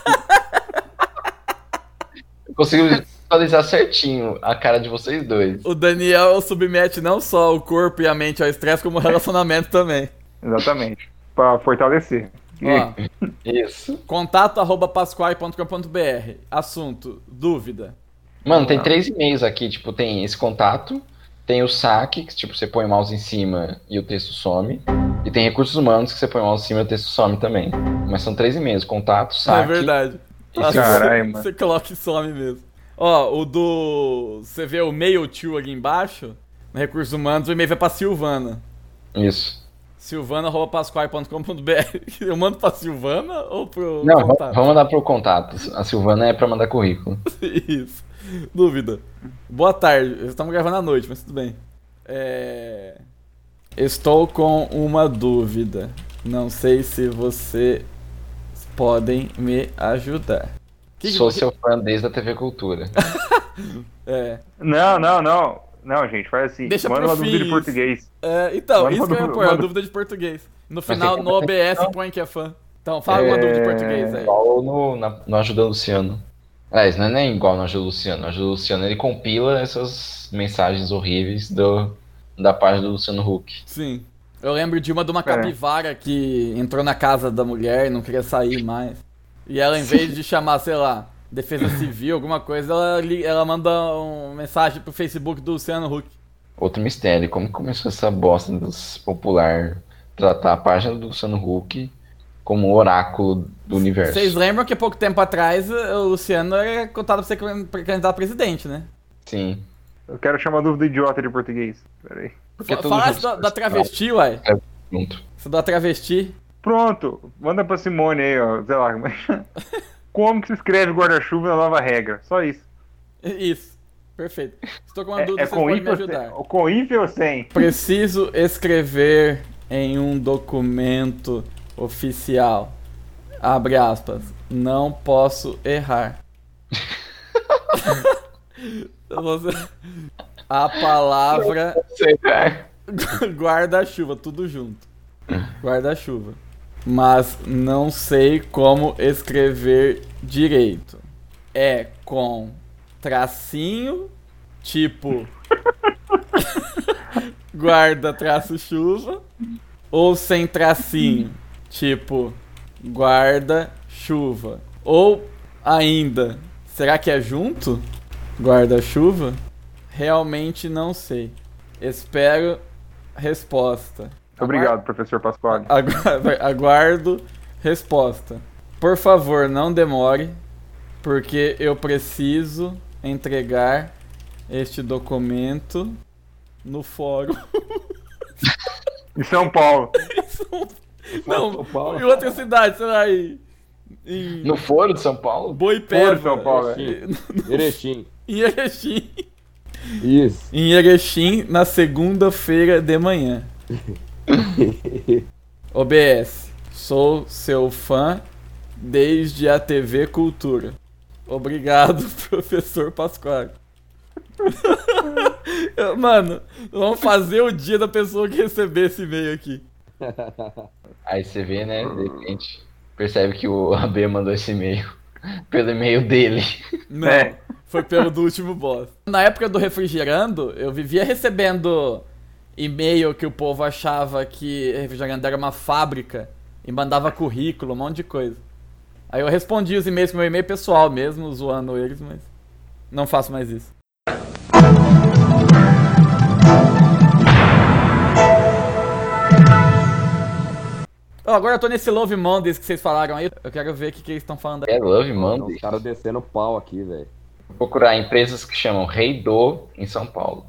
Eu consigo visualizar certinho a cara de vocês dois.
O Daniel submete não só o corpo e a mente ao estresse, como o relacionamento também.
Exatamente. Pra fortalecer.
Ó,
Isso.
contato arroba pasquale ponto com ponto br. Assunto, dúvida.
Mano, tem três e-mails aqui, tipo, tem esse contato, tem o saque, que tipo, você põe o mouse em cima e o texto some. E tem recursos humanos que você põe o mouse em cima e o texto some também. Mas são três e-mails, contato, saque...
É verdade.
e
Ah,
Caralho,
você,
mano.
você coloca e some mesmo. Ó, o do... Você vê o mail to aqui embaixo, no Recursos Humanos, o e-mail vai pra Silvana.
Isso.
silvana arroba pasquale ponto com ponto b r. Eu mando pra Silvana ou pro
Não, vamos,
contato?
vamos mandar pro contato. A Silvana é pra mandar currículo.
Isso. Dúvida. Boa tarde. Estamos gravando à noite, mas tudo bem. É... Estou com uma dúvida. Não sei se vocês podem me ajudar. Que que-
Sou seu fã desde a T V Cultura.
É.
Não, não, não. Não, gente, faz assim.
Deixa
Manda
pro
uma dúvida
fim
de português.
É, então,
Manda
isso que eu ia
uma
pôr, a
dúvida-
dúvida de português. No
tem
final,
que
no O B S,
apresentar.
põe que é fã. Então, fala uma
É,
dúvida de português aí.
Igual no, na- no Ajuda Luciano. Aliás, não é nem igual no Ajuda Luciano. No Ajuda Luciano ele compila essas mensagens horríveis do, da página do Luciano Huck.
Sim. Eu lembro de uma de uma capivara que entrou na casa da mulher e não queria sair mais. E ela, em vez de chamar, sei lá, Defesa Civil, alguma coisa, ela, li- ela manda uma mensagem pro Facebook do Luciano Huck.
Outro mistério, como que começou essa bosta dos popular tratar a página do Luciano Huck como o oráculo do universo?
Vocês lembram que há pouco tempo atrás o Luciano era cotado pra ser candidato a presidente, né?
Sim.
Eu quero chamar dúvida idiota de português. Pera aí.
Porque
Fa-
tudo
Fala
junto
da,
se
da travesti, uai.
junto.
Você da travesti.
Pronto, manda pra Simone aí, ó. Sei lá. Como que se escreve guarda-chuva na nova regra? Só isso.
Isso. Perfeito. Estou com uma
É,
dúvida,
é
vocês
com
podem
I
me
F ou sem?
ajudar.
Com I F ou sem?
Preciso escrever em um documento oficial. Abre aspas. Não posso errar. Você- A palavra guarda-chuva, tudo junto. Guarda-chuva. Mas não sei como escrever direito. É com tracinho, tipo guarda traço chuva, ou sem tracinho, tipo guarda chuva, ou ainda, será que é junto? Guarda-chuva? Realmente não sei. Espero resposta.
Obrigado, professor Pasquale.
Agu- Aguardo resposta. Por favor, não demore, porque eu preciso entregar este documento no fórum.
Em São Paulo.
Não,
São Paulo.
em outra cidade, sei lá, em, em
No Foro de São Paulo?
Boipeba.
Foro de São Paulo, é.
Erechim.
Em Erechim.
Isso.
Em Erechim, na segunda-feira de manhã. O B S, sou seu fã desde a T V Cultura. Obrigado, professor Pasquale. Eu- Mano, vamos fazer o dia da pessoa que receber esse e-mail aqui.
Aí você vê, né? De repente, percebe que o A B mandou esse e-mail pelo e-mail dele.
Não,
É.
foi pelo do último boss. Na época do Refrigerando, eu vivia recebendo e-mail que o povo achava que Refrigerando era uma fábrica e mandava currículo, um monte de coisa. Aí eu respondi os e-mails com meu e-mail pessoal mesmo, zoando eles, mas não faço mais isso. Ó, agora eu tô nesse Love Mondays que vocês falaram aí, eu quero ver o que, que eles estão falando aí.
É Love
Tem
Monday.
Os caras descendo pau aqui, velho.
Vou procurar empresas que chamam Rei Do em São Paulo.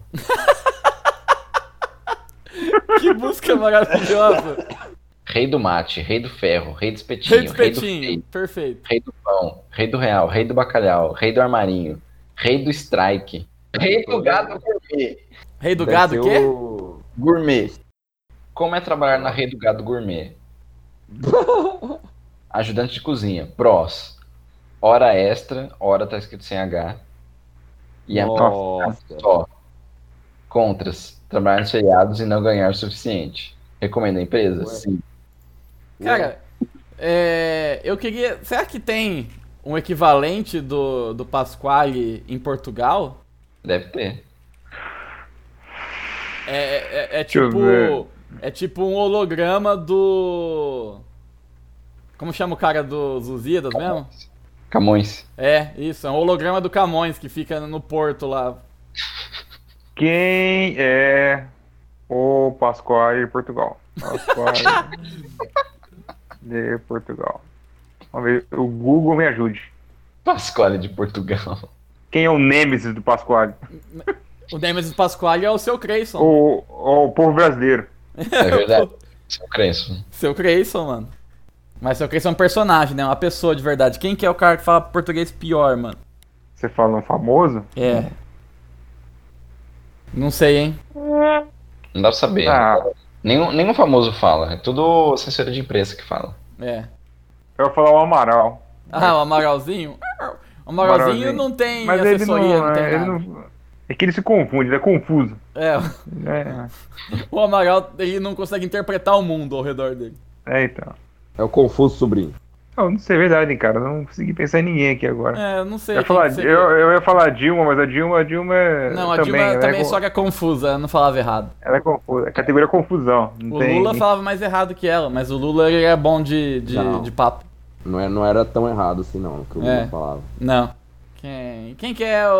Que música maravilhosa!
Rei do Mate, Rei do Ferro, Rei do Espetinho,
Rei do
Rei do
Espetinho,
Feio,
perfeito.
Rei do Pão, Rei do Real, Rei do Bacalhau, Rei do Armarinho, Rei do Strike, Rei do Gado Gourmet.
Rei do
Deve
gado,
ser
o quê?
o-
Gourmet. Como é trabalhar na Rei do Gado Gourmet? Ajudante de cozinha, Bros. Hora extra, hora tá escrito sem H. E a
Nossa.
só. Contras, trabalhar nos feriados e não ganhar o suficiente. Recomenda a empresa?
Ué.
Sim.
Cara, é, eu queria. Será que tem um equivalente do, do Pasquale em Portugal?
Deve ter.
É, é, é
Deixa eu
tipo.
ver.
É tipo um holograma do. Como chama o cara dos Lusíadas mesmo?
Camões.
É, isso, é um holograma do Camões que fica no porto lá.
Quem é o Pasquale de Portugal? Pasquale de Portugal. Vamos ver, o Google me ajude.
Pasquale de Portugal.
Quem é o Nêmesis do Pasquale?
O Nemesis Pasquale é o seu Creyson.
O, o povo brasileiro.
É verdade. Seu Crespo.
Seu Creyson, mano. Mas seu Creyson é um personagem, né? Uma pessoa de verdade. Quem que é o cara que fala português pior, mano?
Você fala um famoso?
É. Não sei, hein?
Não dá pra saber.
Ah,
Nenhum, nenhum famoso fala. É tudo assessora de imprensa que fala.
É.
eu vou falar o Amaral.
Ah, o Amaralzinho? O Amaralzinho
Amaralzinho.
não tem
Mas ele
assessoria,
não,
não, tem
é, ele
nada.
não. É que ele se confunde, ele é confuso.
É,
É,
o Amaral, ele não consegue interpretar o mundo ao redor dele.
é então.
É o confuso sobrinho.
Não, não sei, é verdade, cara. Eu não consegui pensar em ninguém aqui agora.
É, eu não sei
eu, ia
quem
falar,
que seria.
eu, eu ia falar Dilma, mas a Dilma, a Dilma é.
Não, a
também,
Dilma
ela
também
é,
só que é confusa, eu não falava errado.
Ela é confusa. É categoria confusão. Não
O
tem...
Lula falava mais errado que ela, mas o Lula ele é bom de, de,
Não.
de papo.
Não, é, não era tão errado assim, não, o que o Lula
É.
falava.
Não. Quem, quem que é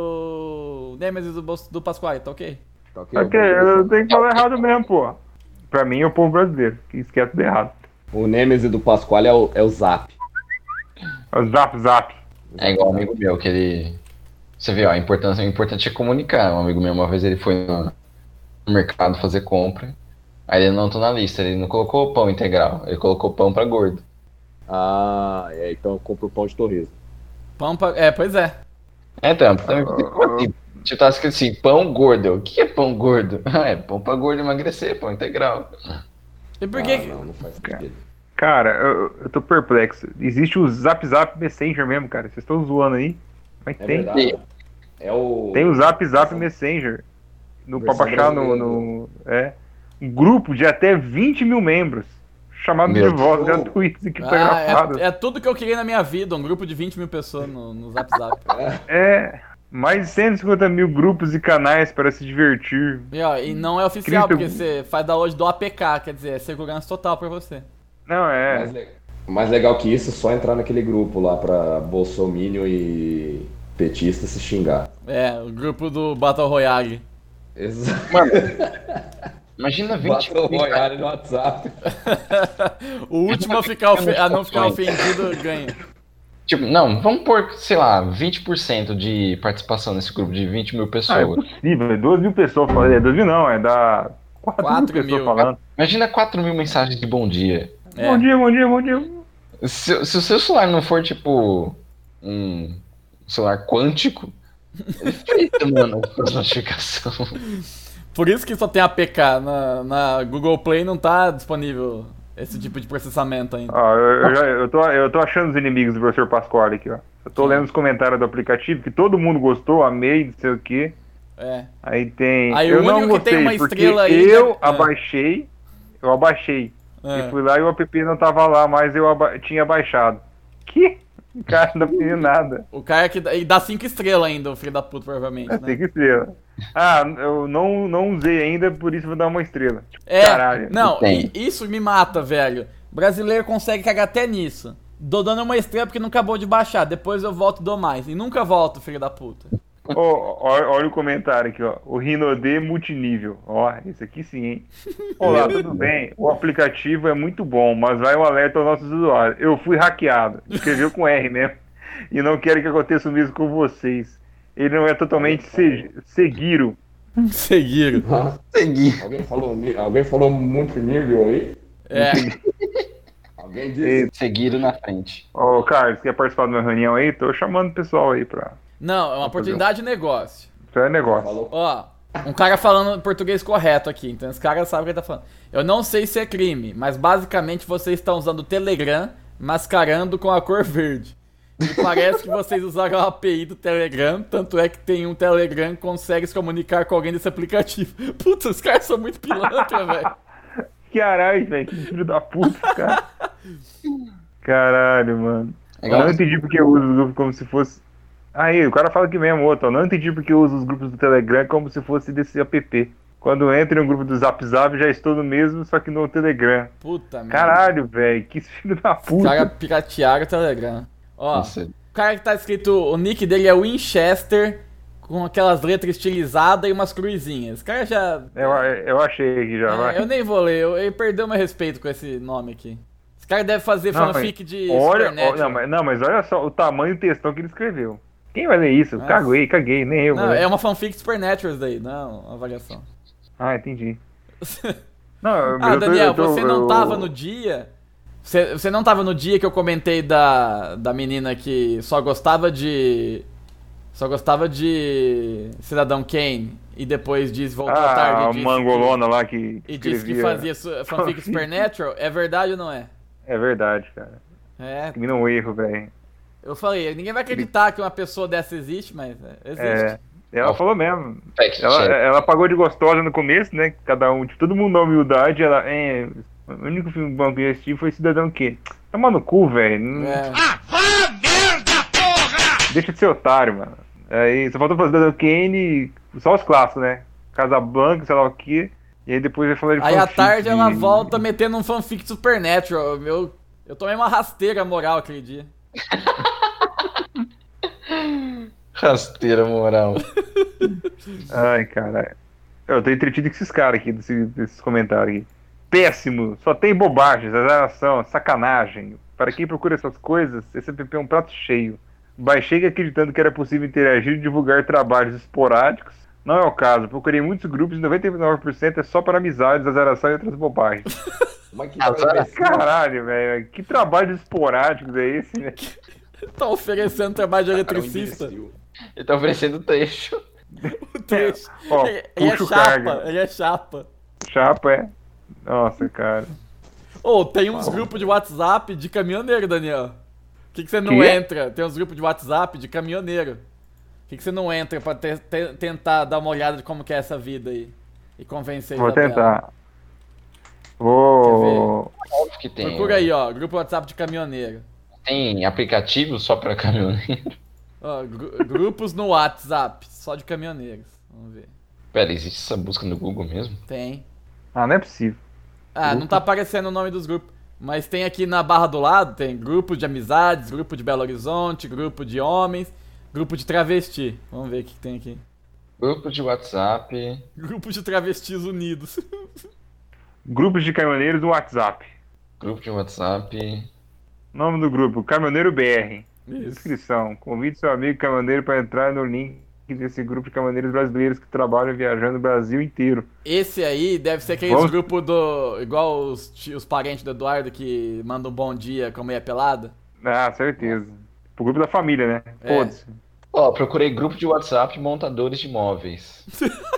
o Nemesis do, Bos- do Pasquale, tá ok?
Tá ok,
Ok, eu tenho que falar errado mesmo, pô. Pra mim é o povo brasileiro, que esquece tudo errado.
O Nêmesis do Pasquale é o, é o Zap.
É o Zap Zap.
É igual um amigo meu, que ele. Você vê, ó, a importância, o importante é comunicar. Um amigo meu, uma vez ele foi no no mercado fazer compra. Aí ele não tá na lista, ele não colocou pão integral, ele colocou pão pra gordo.
Ah, é, então eu compro pão de torresmo.
Pão pra... É, pois é.
É, então, também. Tipo, tá escrito assim, pão gordo. O que é pão gordo? Ah, é pão pra gordo emagrecer, pão integral.
E por
Ah,
que...
não, não faz sentido.
Cara, eu, eu tô perplexo. Existe o Zap Zap Messenger mesmo, cara. Vocês estão zoando aí? Mas
É
tem.
verdade. É o...
Tem o Zap Zap
Versão-
Messenger. No, pra
versão
baixar no,
brasileira.
no. É. Um grupo de até vinte mil membros. Chamado
Meu
de voz
Deus.
gratuitos e
Ah,
criptografadas.
é, é tudo que eu queria na minha vida, um grupo de vinte mil pessoas no, no Zap Zap.
É. Mais de cento e cinquenta mil grupos e canais para se divertir.
E, ó, e não é oficial,
Cripto-
porque você faz download do A P K, quer dizer, é segurança total pra você.
Não, é.
Mais, le- mais legal que isso, só entrar naquele grupo lá pra bolsominion e petista se xingar.
É, o grupo do Battle Royale.
Exato.
Imagina vinte
Battle Royale no WhatsApp.
O último a, ficar ofe- a não ficar ofendido ganha.
Tipo, não, vamos pôr, sei lá, vinte por cento de participação nesse grupo de vinte mil
Ah, é
pessoas.
possível. É duas mil pessoas falando. É duas mil não, é da quatro mil
Quatro
pessoas
mil.
falando.
Imagina quatro mil mensagens de bom dia.
É.
Bom dia, bom dia, bom dia.
Se, se o seu celular não for, tipo, um celular quântico, ele frita, mano, com as notificações.
Por isso que só tem A P K. Na, na Google Play não tá disponível esse tipo de processamento ainda.
Ó, eu, eu, já, eu, tô, eu tô achando os inimigos do professor Pasquale aqui, ó. Eu tô lendo os comentários do aplicativo, que todo mundo gostou, amei, não sei o quê.
É.
Aí tem.
Aí
eu
o
não
único que tem
gostei,
uma
porque
estrela aí,
eu
né?
abaixei. Eu abaixei.
É.
E fui lá e o app não tava lá, mas eu aba- tinha baixado. Que? O cara não pediu nada.
O cara que dá, e dá cinco estrelas ainda, o filho da puta, provavelmente,
Tem
né?
que estrela. Ah, eu não, não usei ainda, por isso vou dar uma estrela. Tipo,
É,
caralho.
não,
Tem.
e- isso me mata, velho. Brasileiro consegue cagar até nisso. Dou dando uma estrela porque não acabou de baixar, depois eu volto e dou mais. E nunca volto, filho da puta.
Ó, ó, olha o comentário aqui, ó. O Rinode multinível. Ó, esse aqui sim, hein? Olá, tudo bem? O aplicativo é muito bom, mas vai um alerta aos nossos usuários. Eu fui hackeado. Escreveu com R mesmo. E não quero que aconteça o mesmo com vocês. Ele não é totalmente se seguiro.
Seguiram.
Segui.
Alguém falou, ni- alguém falou muito nível aí?
É.
Alguém disse?
Seguiram na frente.
Ô, Carlos, quer participar de uma reunião aí? Tô chamando o pessoal aí pra.
Não, é uma oportunidade de negócio.
Isso é negócio.
Falou.
Ó, um cara falando português correto aqui, então esse cara sabe o que ele tá falando. Eu não sei se é crime, mas basicamente vocês estão usando o Telegram mascarando com a cor verde. E parece que vocês usaram a A P I do Telegram, tanto é que tem um Telegram que consegue se comunicar com alguém desse aplicativo. Puta, os caras são muito pilantra, velho.
Caralho, velho, que filho da puta, cara. Caralho, mano.
É
Eu
igual-
não entendi porque eu uso os grupos como se fosse. Aí, o cara fala que mesmo, outro. Eu não entendi porque eu uso os grupos do Telegram como se fosse desse app. Quando eu entro em um grupo do Zap Zap, já estou no mesmo, só que no Telegram.
Puta merda.
Caralho, velho, que filho da
Os
puta.
caras piratearam o Telegram. Ó,
Nossa.
o cara que tá escrito, o nick dele é Winchester, com aquelas letras estilizadas e umas cruzinhas. Esse cara já...
Eu, eu achei aqui já,
É,
vai.
eu nem vou ler, eu, ele perdeu meu respeito com esse nome aqui. Esse cara deve fazer
Não,
fanfic de
Olha,
Supernatural.
ó, não, mas, não, mas olha só o tamanho do textão que ele escreveu. Quem vai ler isso?
Nossa.
Caguei, caguei, nem eu.
Não,
vou ler.
é uma fanfic de Supernatural daí, não uma avaliação.
Ah, entendi. Não, mas
Ah,
eu tô-
Daniel,
eu tô-
você não
eu-
tava no dia... Você, você não tava no dia que eu comentei da, da menina que só gostava de... Só gostava de Cidadão Kane e depois diz voltou
Ah,
tarde e
a
disse
mangolona lá que
que, e disse que
escrevia-
fazia su- fanfic de Supernatural. É verdade ou não é?
É verdade, cara.
É,
Que não erro, velho.
eu falei, ninguém vai acreditar que uma pessoa dessa existe, mas é, existe.
É. Ela
Ó,
falou mesmo.
Fact
Ela,
check.
ela pagou de gostosa no começo, né? Cada um, tipo, todo mundo na humildade, ela. É, o único filme bom que eu assisti foi Cidadão Kane. Toma no cu, velho. Não-
É.
Deixa de ser otário, mano. Aí só faltou fazer Cidadão Kane, só os clássicos, né? Casablanca, sei lá o que. E aí depois ele falou de
Aí à
fanfic
tarde ela
de-
volta metendo um fanfic de Supernatural. Meu, eu tomei uma rasteira moral aquele dia.
Rasteira moral.
Ai, caralho. Eu tô entretido com esses caras aqui, desse- desses comentários aqui. Péssimo, só tem bobagens, azaração, sacanagem. Para quem procura essas coisas, esse app é um prato cheio. Baixei acreditando que era possível interagir e divulgar trabalhos esporádicos. Não é o caso, procurei muitos grupos e noventa e nove por cento é só para amizades, azaração e outras bobagens.
Mas que
Azar-
imbecil.
Caralho, velho, que trabalhos esporádicos é esse, né?
Tá oferecendo trabalho de
Cara, um
eletricista.
imbecil.
Ele tá oferecendo trecho.
O trecho.
Ó,
ele, ele é
puxa o
chapa,
carga.
ele é chapa.
Chapa, é? Nossa, cara.
Ô, tem uns grupos de WhatsApp de caminhoneiro, Daniel. Por que, que você não
Quê?
entra? Tem uns grupos de WhatsApp de caminhoneiro. Por que, que você não entra pra te- te- tentar dar uma olhada de como que é essa vida aí? E convencer a
Vou
Isabela?
tentar. Vou.
Óbvio que tem.
Procura aí, ó. Grupo WhatsApp de caminhoneiro.
Tem aplicativo só pra caminhoneiro.
Ó, gru- grupos no WhatsApp, só de caminhoneiros. Vamos ver.
Pera, existe essa busca no Google mesmo?
Tem.
Ah, não é possível.
Ah, não tá aparecendo o nome dos grupos. Mas tem aqui na barra do lado, tem grupo de amizades, grupo de Belo Horizonte, grupo de homens, grupo de travesti. Vamos ver o que, que tem aqui.
Grupo de WhatsApp.
Grupo de travestis unidos.
Grupos de caminhoneiros no WhatsApp.
Grupo de WhatsApp.
Nome do grupo, Caminhoneiro B R.
Isso.
Descrição. Convide seu amigo caminhoneiro para entrar no link desse grupo de caminhoneiros brasileiros que trabalham viajando o Brasil inteiro.
Esse aí deve ser aqueles
Vamos-
grupos do. Igual os, ti- os parentes do Eduardo que mandam um bom dia com meia pelada.
Ah, certeza. Pro grupo da família, né?
É.
Foda-se.
Ó, procurei grupo de WhatsApp montadores de móveis.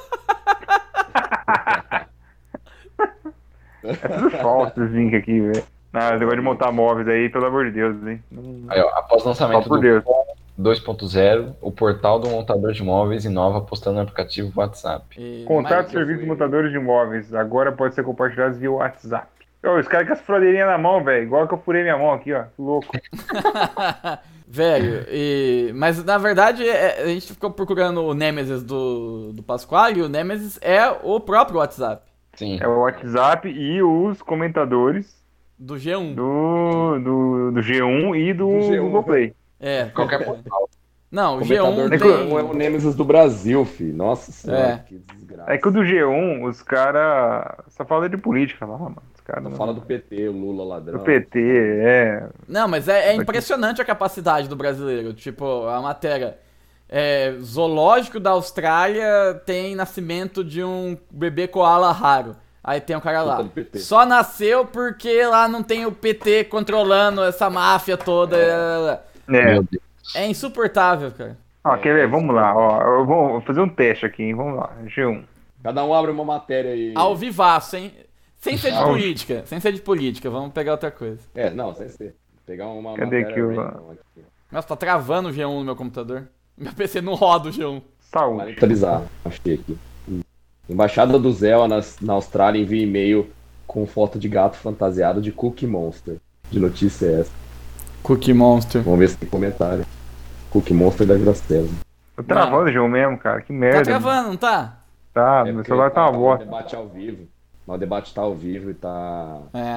É tudo falso esse link aqui, velho. Ah, esse negócio de montar móveis aí, pelo amor de Deus, hein? Não-
Aí, ó, após o lançamento
Só por
do
Deus.
dois ponto zero, o portal do montador de móveis inova postando no aplicativo WhatsApp.
E-
Contato
mas-
de serviço de montadores de imóveis. Agora pode ser compartilhado via WhatsApp. Ô, os caras com as furadeirinhas na mão, velho. Igual que eu furei minha mão aqui, ó. Louco.
Velho, e... mas na verdade é- a gente ficou procurando o Nemesis do, do Pasquale e o Nemesis é o próprio WhatsApp
Sim.
É o WhatsApp e os comentadores
do G um.
do, do, do G um e do,
Do G um,
Google Play.
É.
Qualquer portal.
Não, o G um
Comentador
tem...
do G um é o Nemesis do Brasil, fi. Nossa senhora,
É.
que desgraça.
É que o do G um, os caras só falam de política lá, mano. Os caras
Não
não
fala do P T, o Lula ladrão.
do P T, é.
Não, mas é, é impressionante a capacidade do brasileiro. Tipo, a matéria. É, zoológico da Austrália tem nascimento de um bebê koala raro. Aí tem um cara lá.
Puta do P T.
Só nasceu porque lá não tem o P T controlando essa máfia toda.
É.
Meu Deus.
É insuportável, cara.
Ó, quer ver? Vamos lá, ó. Eu vou fazer um teste aqui, hein? Vamos lá. G um.
Cada um abre uma matéria aí.
Ao vivaço, hein? Sem ser de
Ao-
política. Sem ser de política. Vamos pegar outra coisa.
É, não, sem ser. Pegar uma
Cadê
matéria
aqui o-
random aqui.
Nossa, tá travando o G um no meu computador. Meu P C não roda o G um.
Saúde.
Parentalizar, achei aqui. Embaixada do Zéu na, na Austrália envia e-mail com foto de gato fantasiado de Cookie Monster. De notícia é essa.
Cookie Monster.
Vamos ver se tem comentário. Cookie Monster da Vila César.
Tô travando o G um mesmo, cara. Que merda.
Tá travando, não tá?
Tá,
É
meu
porque
celular tá uma
O
bosta.
debate ao vivo. Mas o debate tá ao vivo e tá.
É.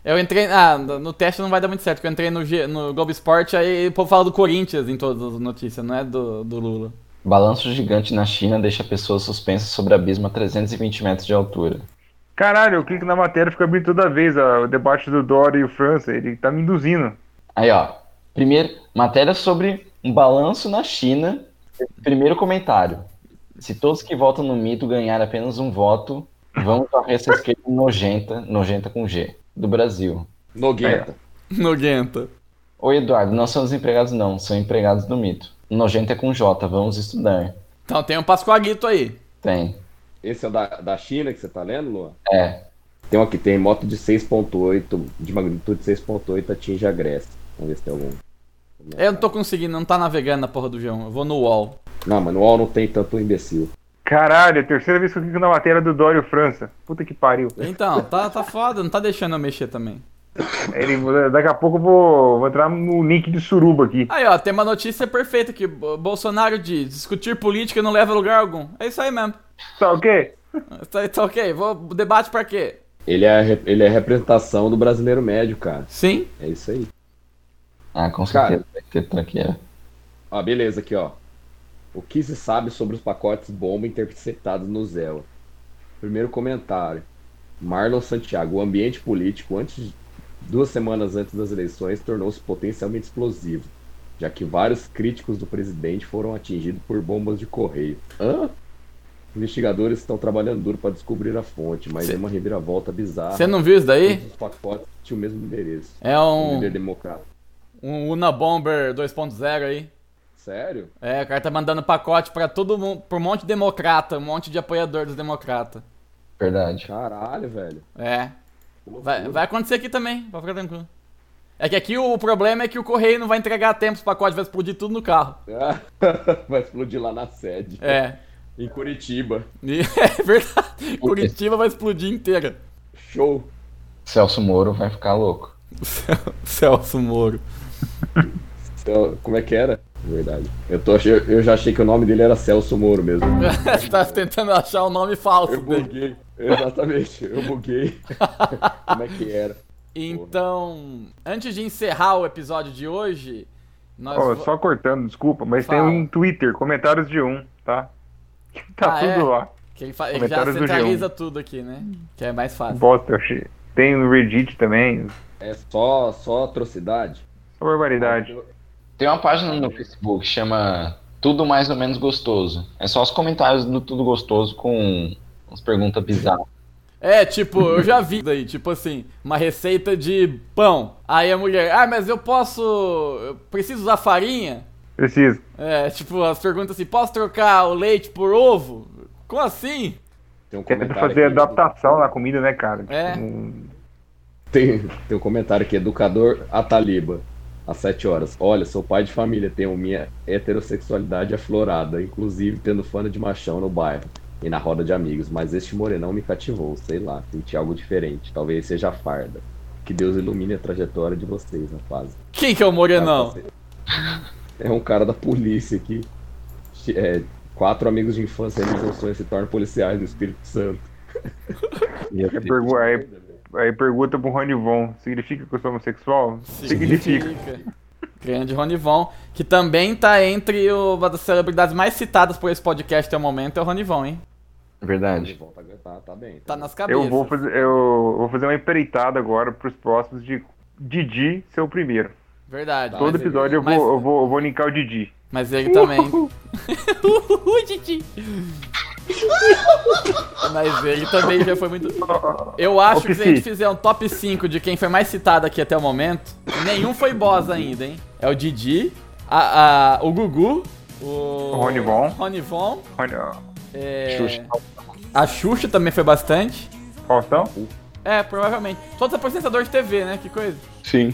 Eu entrei. Ah, no teste não vai dar muito certo, porque eu entrei no, G, no Globo Esporte, aí o povo fala do Corinthians em todas as notícias, não é do, do Lula.
Balanço gigante na China deixa pessoas suspensas sobre abismo a trezentos e vinte metros de altura.
Caralho, eu clico na matéria e fica abrindo toda vez ó, o debate do Dória e o França. Ele tá me induzindo.
Aí, ó. Primeiro, matéria sobre um balanço na China. Primeiro comentário. Se todos que votam no mito ganhar apenas um voto, vamos varrer essa esquerda nojenta, nojenta com G, do Brasil.
Noguenta.
Noguenta.
Oi, Eduardo, não são desempregados não, são empregados do mito. Nojenta é com J, vamos estudar.
Então tem um Pascoalito aí.
Tem.
Esse é o da, da China que você tá lendo, Luan?
É.
Tem um aqui, tem moto de seis ponto oito, de magnitude seis ponto oito atinge a Grécia. Vamos ver se tem algum.
Eu não tô conseguindo, não tá navegando na porra do G um. Eu vou no U O L.
Não, mas no U O L não tem tanto imbecil.
Caralho, é a terceira vez que eu clico na matéria do Dória e o França. Puta que pariu.
Então, tá, tá foda, não tá deixando eu mexer também.
Ele, daqui a pouco eu vou, vou entrar no link de suruba aqui.
Aí, ó, tem uma notícia perfeita que Bolsonaro diz: discutir política não leva a lugar algum. É isso aí mesmo.
Tá ok?
Tá, tá ok. Vou, debate pra quê?
Ele é, ele é a representação do brasileiro médio, cara.
Sim.
É isso aí.
Ah, com certeza vai ter tranqueira.
Ó, beleza, aqui, ó. O que se sabe sobre os pacotes bomba interceptados no Zéu? Primeiro comentário. Marlon Santiago, o ambiente político, antes, duas semanas antes das eleições, tornou-se potencialmente explosivo, já que vários críticos do presidente foram atingidos por bombas de correio. Hã? Investigadores estão trabalhando duro para descobrir a fonte, mas
Cê...
é uma reviravolta bizarra.
Você não viu isso daí?
Todos os pacotes tinham o mesmo endereço.
É
Um
um...
líder democrata.
Um Unabomber dois ponto zero aí.
Sério?
É, o cara tá mandando pacote pra todo mundo, pra um monte de democrata, um monte de apoiador dos democratas.
Verdade.
Caralho, velho.
É. Vai, vai acontecer aqui também, pode ficar tranquilo. É que aqui o problema é que o correio não vai entregar a tempo, os pacotes vai explodir tudo no carro.
Vai explodir lá na sede.
É.
Em Curitiba.
E, é verdade. Curitiba vai explodir inteira.
Show.
Celso Moro vai ficar louco.
Celso Moro.
Então, como é que era? Verdade. Eu, tô, eu, eu já achei que o nome dele era Celso Moro mesmo.
Você tá tentando achar o nome falso
Eu
dele.
buguei. Exatamente, eu buguei. Como é que era?
Então, antes de encerrar o episódio de hoje, nós
Oh,
vo-
só cortando, desculpa, mas
Fala.
tem um Twitter, comentários de um, tá? Tá
Ah,
tudo
é?
lá.
que ele, fa- ele já
Comentários do G um.
centraliza tudo aqui, né? Que é mais fácil.
Bosta, eu achei. Tem no Reddit também,
É só, só atrocidade?
só barbaridade.
Tem uma página no Facebook que chama Tudo Mais ou Menos Gostoso. É só os comentários do Tudo Gostoso com umas perguntas bizarras.
É, tipo, eu já vi daí, tipo assim, uma receita de pão. Aí a mulher, ah, mas eu posso. Eu preciso usar farinha?
Preciso.
É, tipo, as perguntas assim, posso trocar o leite por ovo? Como assim?
Tem um
Tenta
comentário
fazer
aqui,
adaptação na comida, né, cara?
É.
Tipo, um-
Tem, tem um comentário aqui, educador Ataliba, às sete horas. Olha, sou pai de família, tenho minha heterossexualidade aflorada, inclusive tendo fã de machão no bairro e na roda de amigos, mas este morenão me cativou, sei lá, senti algo diferente, talvez seja a farda. Que Deus ilumine a trajetória de vocês, rapaz.
Quem que é o morenão?
É um cara da polícia aqui. É, quatro amigos de infância realizam um sonho e se tornam policiais do Espírito Santo.
aí, pergu- aí- aí pergunta pro Rony Von, significa que eu sou homossexual? Significa.
Grande Ronivon, que também tá entre o- uma das celebridades mais citadas por esse podcast até o momento, é o Ronivon, hein?
Verdade.
Tá, tá, tá bem.
Tá nas cabeças.
Eu vou, fazer, eu vou fazer uma empreitada agora pros próximos de Didi ser o primeiro.
Verdade.
Todo
mas-
episódio eu
mas-
vou, eu, vou, eu vou linkar o Didi.
Mas ele também. Uhul, Didi. Mas ele também já foi muito. Eu acho
Ô,
que se a gente
Psi.
fizer um top cinco de quem foi mais citado aqui até o momento, nenhum foi boss ainda, hein? É o Didi, a, a- o Gugu, o.
O Ronivon.
Ronivon,
Rony, ó,
é,
Xuxa.
a Xuxa também foi bastante.
Faustão?
É, provavelmente. Todos apresentadores de T V, né? Que coisa.
Sim.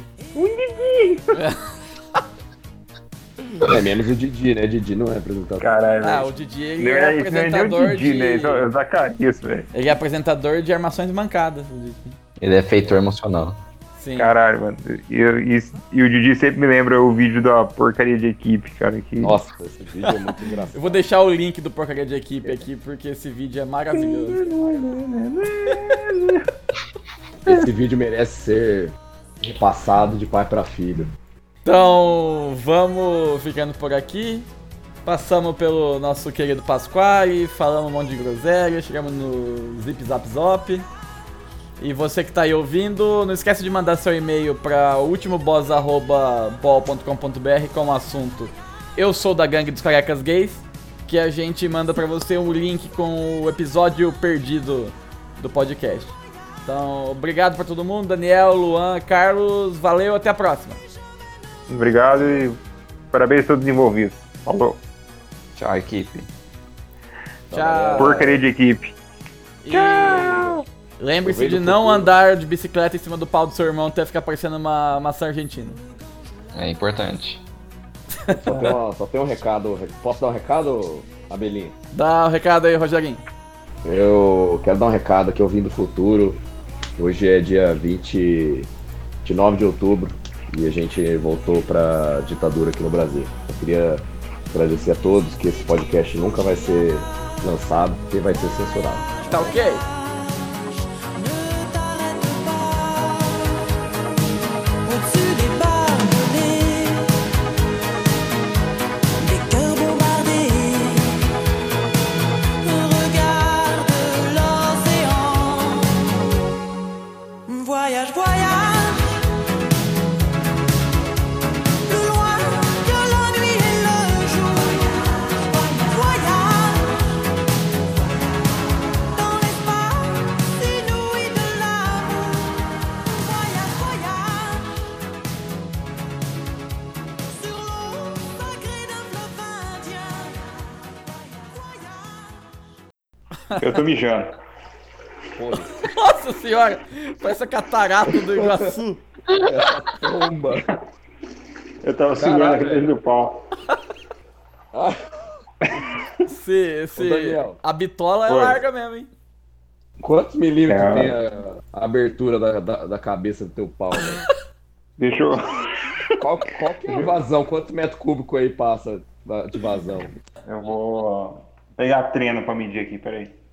É menos o Didi, né? Didi não é apresentador.
Caralho,
Ah,
velho.
o Didi ele
Não
é
é, isso não é nem o
apresentador
Didi,
de.
né? Isso é o Zacarias, velho.
Ele é apresentador de armações mancadas. o Didi.
Ele é feitor emocional.
Sim.
Caralho, mano. E, e, e o Didi sempre me lembra o vídeo da porcaria de equipe, cara. Que...
Nossa, esse vídeo é muito engraçado.
Eu vou deixar o link do Porcaria de Equipe aqui, porque esse vídeo é maravilhoso.
Esse vídeo merece ser repassado de pai para filho.
Então, vamos ficando por aqui. Passamos pelo nosso querido Pasquale, falamos um monte de groselha, chegamos no Zip Zap Zop. E você que tá aí ouvindo, não esquece de mandar seu e-mail para ultimoboss arroba bol ponto com ponto b r com o assunto Eu sou da gangue dos carecas gays, que a gente manda pra você um link com o episódio perdido do podcast. Então, obrigado pra todo mundo, Daniel, Luan, Carlos, valeu, até a próxima.
Obrigado e parabéns a todos os envolvidos. Falou.
Tchau, equipe.
Tchau.
Porcaria de equipe.
E lembre-se de não andar de bicicleta em cima do pau do seu irmão até ficar parecendo uma maçã argentina.
É importante.
Só tem, uma, só tem um recado. Posso dar um recado, Abelinho?
Dá o um recado aí, Rogerinho.
Eu quero dar um recado aqui, eu vim do futuro. Hoje é dia vinte e nove de outubro e a gente voltou pra ditadura aqui no Brasil. Eu queria agradecer a todos que esse podcast nunca vai ser lançado e vai ser censurado.
Tá ok?
Voyage, voyage, plus loin que la nuit et le jour. Voyage, dans l'espace inouï de l'amour. Voyage, voyage, sur l'eau sacrée d'un fleuve indien.
Eu tô mijando.
Nossa senhora, parece a catarata do Iguaçu.
Bomba.
Eu tava segurando aqui dentro do pau.
Se, se
Ô, Daniel.
a bitola é
Oi.
larga mesmo, hein?
Quantos milímetros
É.
tem a, a abertura da, da, da cabeça do teu pau, velho?
Deixa eu.
Qual, qual que é a vazão? Quantos metros cúbicos aí passa da- de vazão?
Eu vou pegar a trena pra medir aqui, peraí.